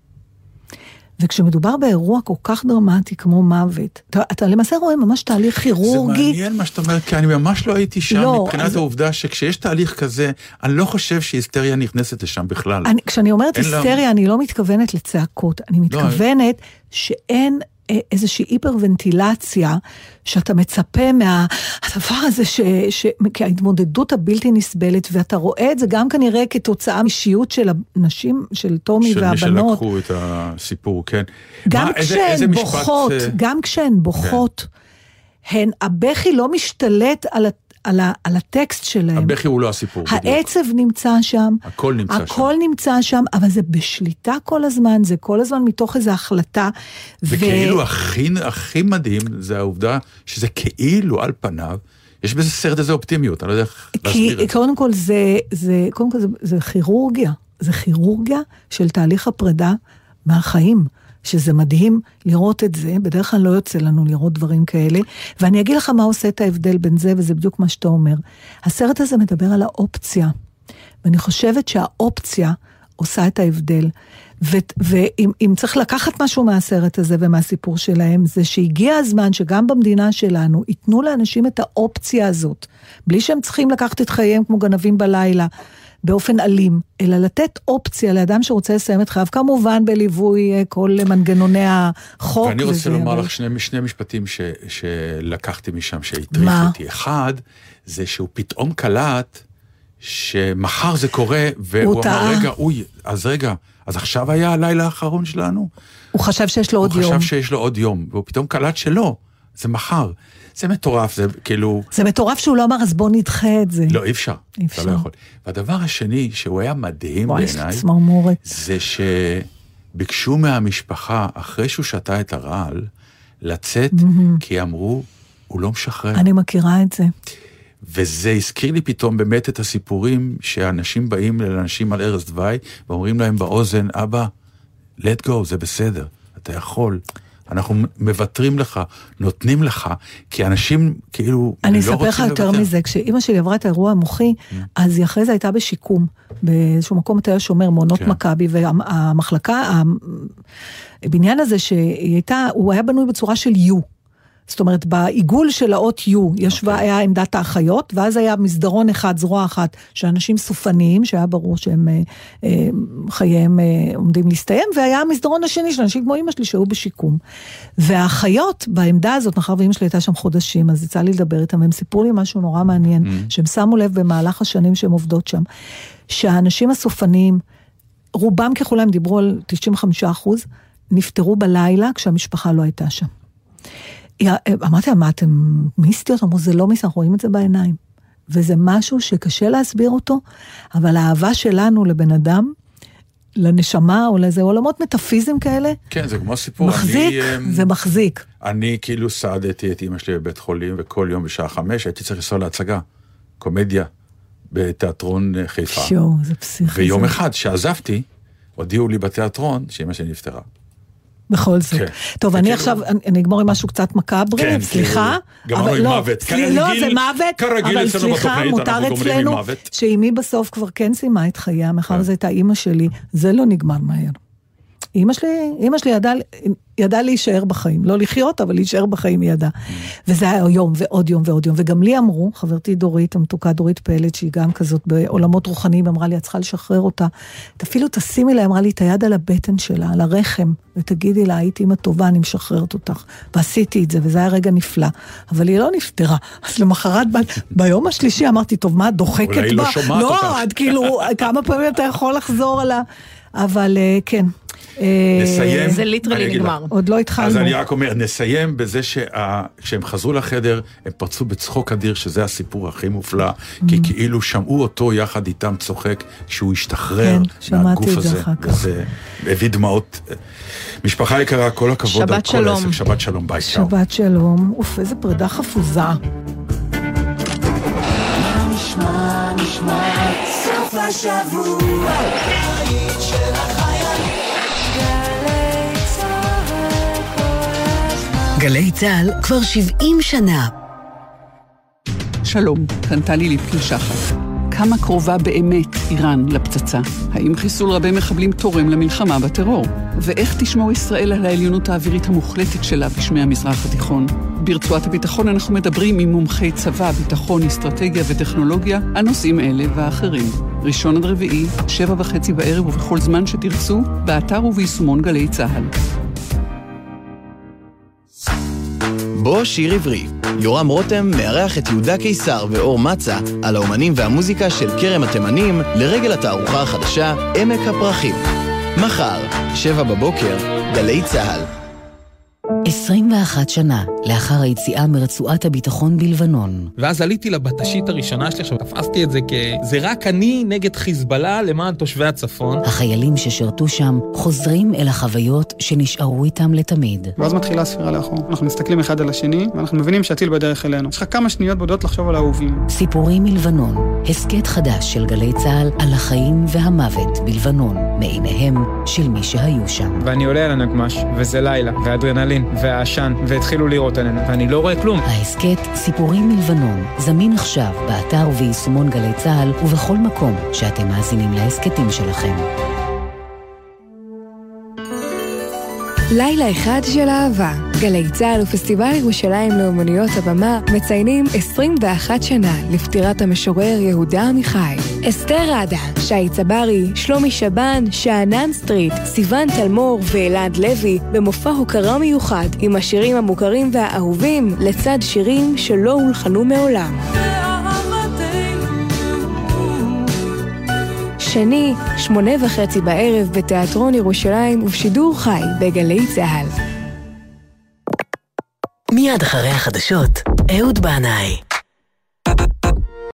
וכשמדובר באירוע כל כך דרמטי כמו מוות, אתה, אתה למעשה רואה ממש תהליך כירורגי. זה מעניין מה שאת אומרת, כי אני ממש לא הייתי שם, לא, מבחינת אז... העובדה שכשיש תהליך כזה, אני לא חושב שהיסטריה נכנסת לשם בכלל. אני, כשאני אומרת היסטריה, לה... אני לא מתכוונת לצעקות, אני מתכוונת לא... שאין איזושהי היפרוונטילציה, שאתה מצפה מהדבר הזה, ש, ש, כהתמודדות הבלתי נסבלת, ואתה רואה את זה גם כנראה כתוצאה משיות של הנשים, של תומי של והבנות. של מי שלקחו את הסיפור, כן. גם מה, כשהן איזה, איזה בוכות, משפט... גם כשהן בוכות, כן. הן, הבכי לא משתלט על ה... על, ה, על הטקסט שלהם. הבכי הוא לא הסיפור. העצב בדיוק. נמצא שם. הכל נמצא הכל שם. הכל נמצא שם, אבל זה בשליטה כל הזמן, זה כל הזמן מתוך איזו החלטה. וכאילו ו... הכי, הכי מדהים, זה העובדה שזה כאילו על פניו, יש בזה סרט איזה אופטימיות, אני לא יודע איך להסביר את זה. קודם כל זה, זה, קודם כל זה, זה כירורגיה, זה כירורגיה של תהליך הפרידה מהחיים. שזה מדהים לראות את זה, בדרך כלל לא יוצא לנו לראות דברים כאלה, ואני אגיד לך מה עושה את ההבדל בין זה, וזה בדיוק מה שאתה אומר. הסרט הזה מדבר על האופציה, ואני חושבת שהאופציה עושה את ההבדל, ו- ואם אם צריך לקחת משהו מהסרט הזה ומהסיפור שלהם, זה שהגיע הזמן שגם במדינה שלנו, ייתנו לאנשים את האופציה הזאת, בלי שהם צריכים לקחת את חייהם כמו גנבים בלילה, באופן אלים, אלא לתת אופציה לאדם שרוצה לסיים את חייו, כמובן בליווי כל מנגנוני החוק. ואני רוצה וזה, לומר אבל... לך שני, שני משפטים ש, שלקחתי משם, שהטריף אותי. אחד, זה שהוא פתאום קלט, שמחר זה קורה, והוא אמר, טעה. רגע, אוי, אז רגע, אז עכשיו היה הלילה האחרון שלנו? הוא חשב שיש לו עוד יום. הוא חשב שיש לו עוד יום, והוא פתאום קלט שלא, זה מחר. זה מטורף, זה כאילו... זה מטורף שהוא לא אמר, אז בוא נדחה את זה. לא, אי אפשר. אי אפשר. אתה לא יכול. והדבר השני, שהוא היה מדהים בעיניי, זה שביקשו מהמשפחה, אחרי שהוא שתה את הרעל, לצאת, כי אמרו, הוא לא משחרר. אני מכירה את זה. וזה הזכיר לי פתאום באמת את הסיפורים, שאנשים באים לאנשים על ערש דווי, ואומרים להם באוזן, אבא, let go, זה בסדר, אתה יכול. אנחנו מבטרים לך, נותנים לך, כי אנשים כאילו אני לא אספר לך יותר מזה, כשאמא שלי עברה את האירוע המוחי, אז היא אחרי זה הייתה בשיקום, באיזשהו מקום אתה שומר, מעונות מכבי, והמחלקה, הבניין הזה שהיא הייתה, הוא היה בנוי בצורה של יו, זאת אומרת, בעיגול של האות יו, ישבה, okay. היה עמדת האחיות, ואז היה מסדרון אחד, זרוע אחת, שאנשים סופניים, שהיה ברור שהם אה, אה, חייהם אה, עומדים להסתיים, והיה המסדרון השני של אנשים כמו אמא שלי, שהיו בשיקום. והאחיות בעמדה הזאת, מאחר ואמא שלי הייתה שם חודשים, אז יצא לי לדבר איתם, הם סיפרו לי משהו נורא מעניין, mm. שהם שמו לב במהלך השנים שהם עובדות שם, שהאנשים הסופניים, רובם ככולם דיברו על תשעים וחמישה אחוז, נפטרו בלילה כשהמשפחה לא הייתה שם. אמרתי, מה אתם מיסטיות? אמרו, זה לא מיסט, אנחנו רואים את זה בעיניים. וזה משהו שקשה להסביר אותו, אבל האהבה שלנו לבן אדם, לנשמה או לאיזה עולמות מטאפיזם כאלה, כן, זה כמו סיפור. מחזיק, אני, זה מחזיק. אני כאילו סעדתי את אמא שלי בבית חולים, וכל יום בשעה חמש הייתי צריך לנסוע להצגה, קומדיה, בתיאטרון חיפה. שואו, זה פסיכי. ויום אחד שעזבתי, הודיעו לי בתיאטרון שאמא שלי נפטרה. בכל זאת. טוב, אני עכשיו, אני אגמור עם משהו קצת מקאברי, סליחה. גמרנו עם מוות. לא, זה מוות, אבל סליחה, מותר אצלנו, שאימי בסוף כבר כן סיימה את חייה, מאחר זו הייתה אימא שלי, זה לא נגמר מהר. אימא שלי, אימא שלי ידעה, ידעה להישאר בחיים, לא לחיות, אבל להישאר בחיים היא ידעה. וזה היה יום ועוד יום ועוד יום, וגם לי אמרו, חברתי דורית, המתוקה דורית פלד, שהיא גם כזאת בעולמות רוחניים, אמרה לי, את צריכה לשחרר אותה, אפילו תשימי לה, אמרה לי, את היד על הבטן שלה, על הרחם, ותגידי לה, הייתי אמא טובה, אני משחררת אותך, ועשיתי את זה, וזה היה רגע נפלא, אבל היא לא נפטרה, אז למחרת, ביום השלישי אמרתי, טוב, מה, דוחקת בה? אולי היא לא שומעת אותך. לא, עד כאילו, כמה פעמים אתה יכול לחזור על ה... אבל כן. נסיים. זה ליטרלי נגמר. עוד לא התחלנו. אז אני רק אומר, נסיים בזה שכשהם חזרו לחדר, הם פרצו בצחוק אדיר, שזה הסיפור הכי מופלא, כי כאילו שמעו אותו יחד איתם צוחק, כשהוא השתחרר מהגוף הזה. וזה הביא דמעות. משפחה יקרה, כל הכבוד על כל העסק. שבת שלום, ביי. שבת שלום. אוף, איזה פרידה חפוזה. נשמע, נשמע, סוף השבוע. הבית של החיילים. גלי צהל כל הזמן. גלי צהל כבר שבעים שנה. שלום, כאן טלי ליפקין שחר. כמה קרובה באמת איראן לפצצה? האם חיסול רבי מחבלים תורם למלחמה בטרור? ואיך תשמור ישראל על העליונות האווירית המוחלטת שלה בשמי המזרח התיכון? ברצועת הביטחון אנחנו מדברים עם מומחי צבא, ביטחון, אסטרטגיה וטכנולוגיה, הנושאים אלה ואחרים. ראשון עד רביעי, שבע וחצי בערב ובכל זמן שתרצו, באתר וביישומון גלי צהל. בו שיר עברי. יורם רותם מארח את יהודה קיסר ואור מצה על האומנים והמוזיקה של כרם התימנים לרגל התערוכה החדשה עמק הפרחים. מחר, שבע בבוקר, גלי צהל. עשרים ואחת שנה לאחר היציאה מרצועת הביטחון בלבנון. ואז עליתי לבטשית הראשונה שלי, עכשיו תפסתי את זה כזה רק אני נגד חיזבאללה למען תושבי הצפון. החיילים ששרתו שם חוזרים אל החוויות שנשארו איתם לתמיד. ואז מתחילה הספירה לאחור. אנחנו מסתכלים אחד על השני, ואנחנו מבינים שהטיל בדרך אלינו. יש לך כמה שניות בודות לחשוב על האהובים. סיפורים מלבנון, הסקט חדש של גלי צהל על החיים והמוות בלבנון, מעיניהם של מי שהיו שם. ואני עולה על הנגמש, וזה לילה, ואדרנלין, והעשן, והתחילו לראות עלינו, ואני לא רואה כלום. ההסקט סיפורים מלבנון, זמין עכשיו, באתר וביישומון גלי צהל, ובכל מקום שאתם מאזינים להסקטים שלכם. לילה אחד של אהבה. גלי צהל ופסטיבל ירושלים לאומנויות הבמה מציינים עשרים ואחת שנה לפטירת המשורר יהודה עמיחי. אסתר ראדה, שי צברי, שלומי שבן, שאנן סטריט, סיוון תלמור ואלעד לוי במופע הוקרה מיוחד עם השירים המוכרים והאהובים לצד שירים שלא הולחנו מעולם. שני, שמונה וחצי בערב בתיאטרון ירושלים ובשידור חי בגלי צהל. מיד אחרי החדשות, אהוד בנאי.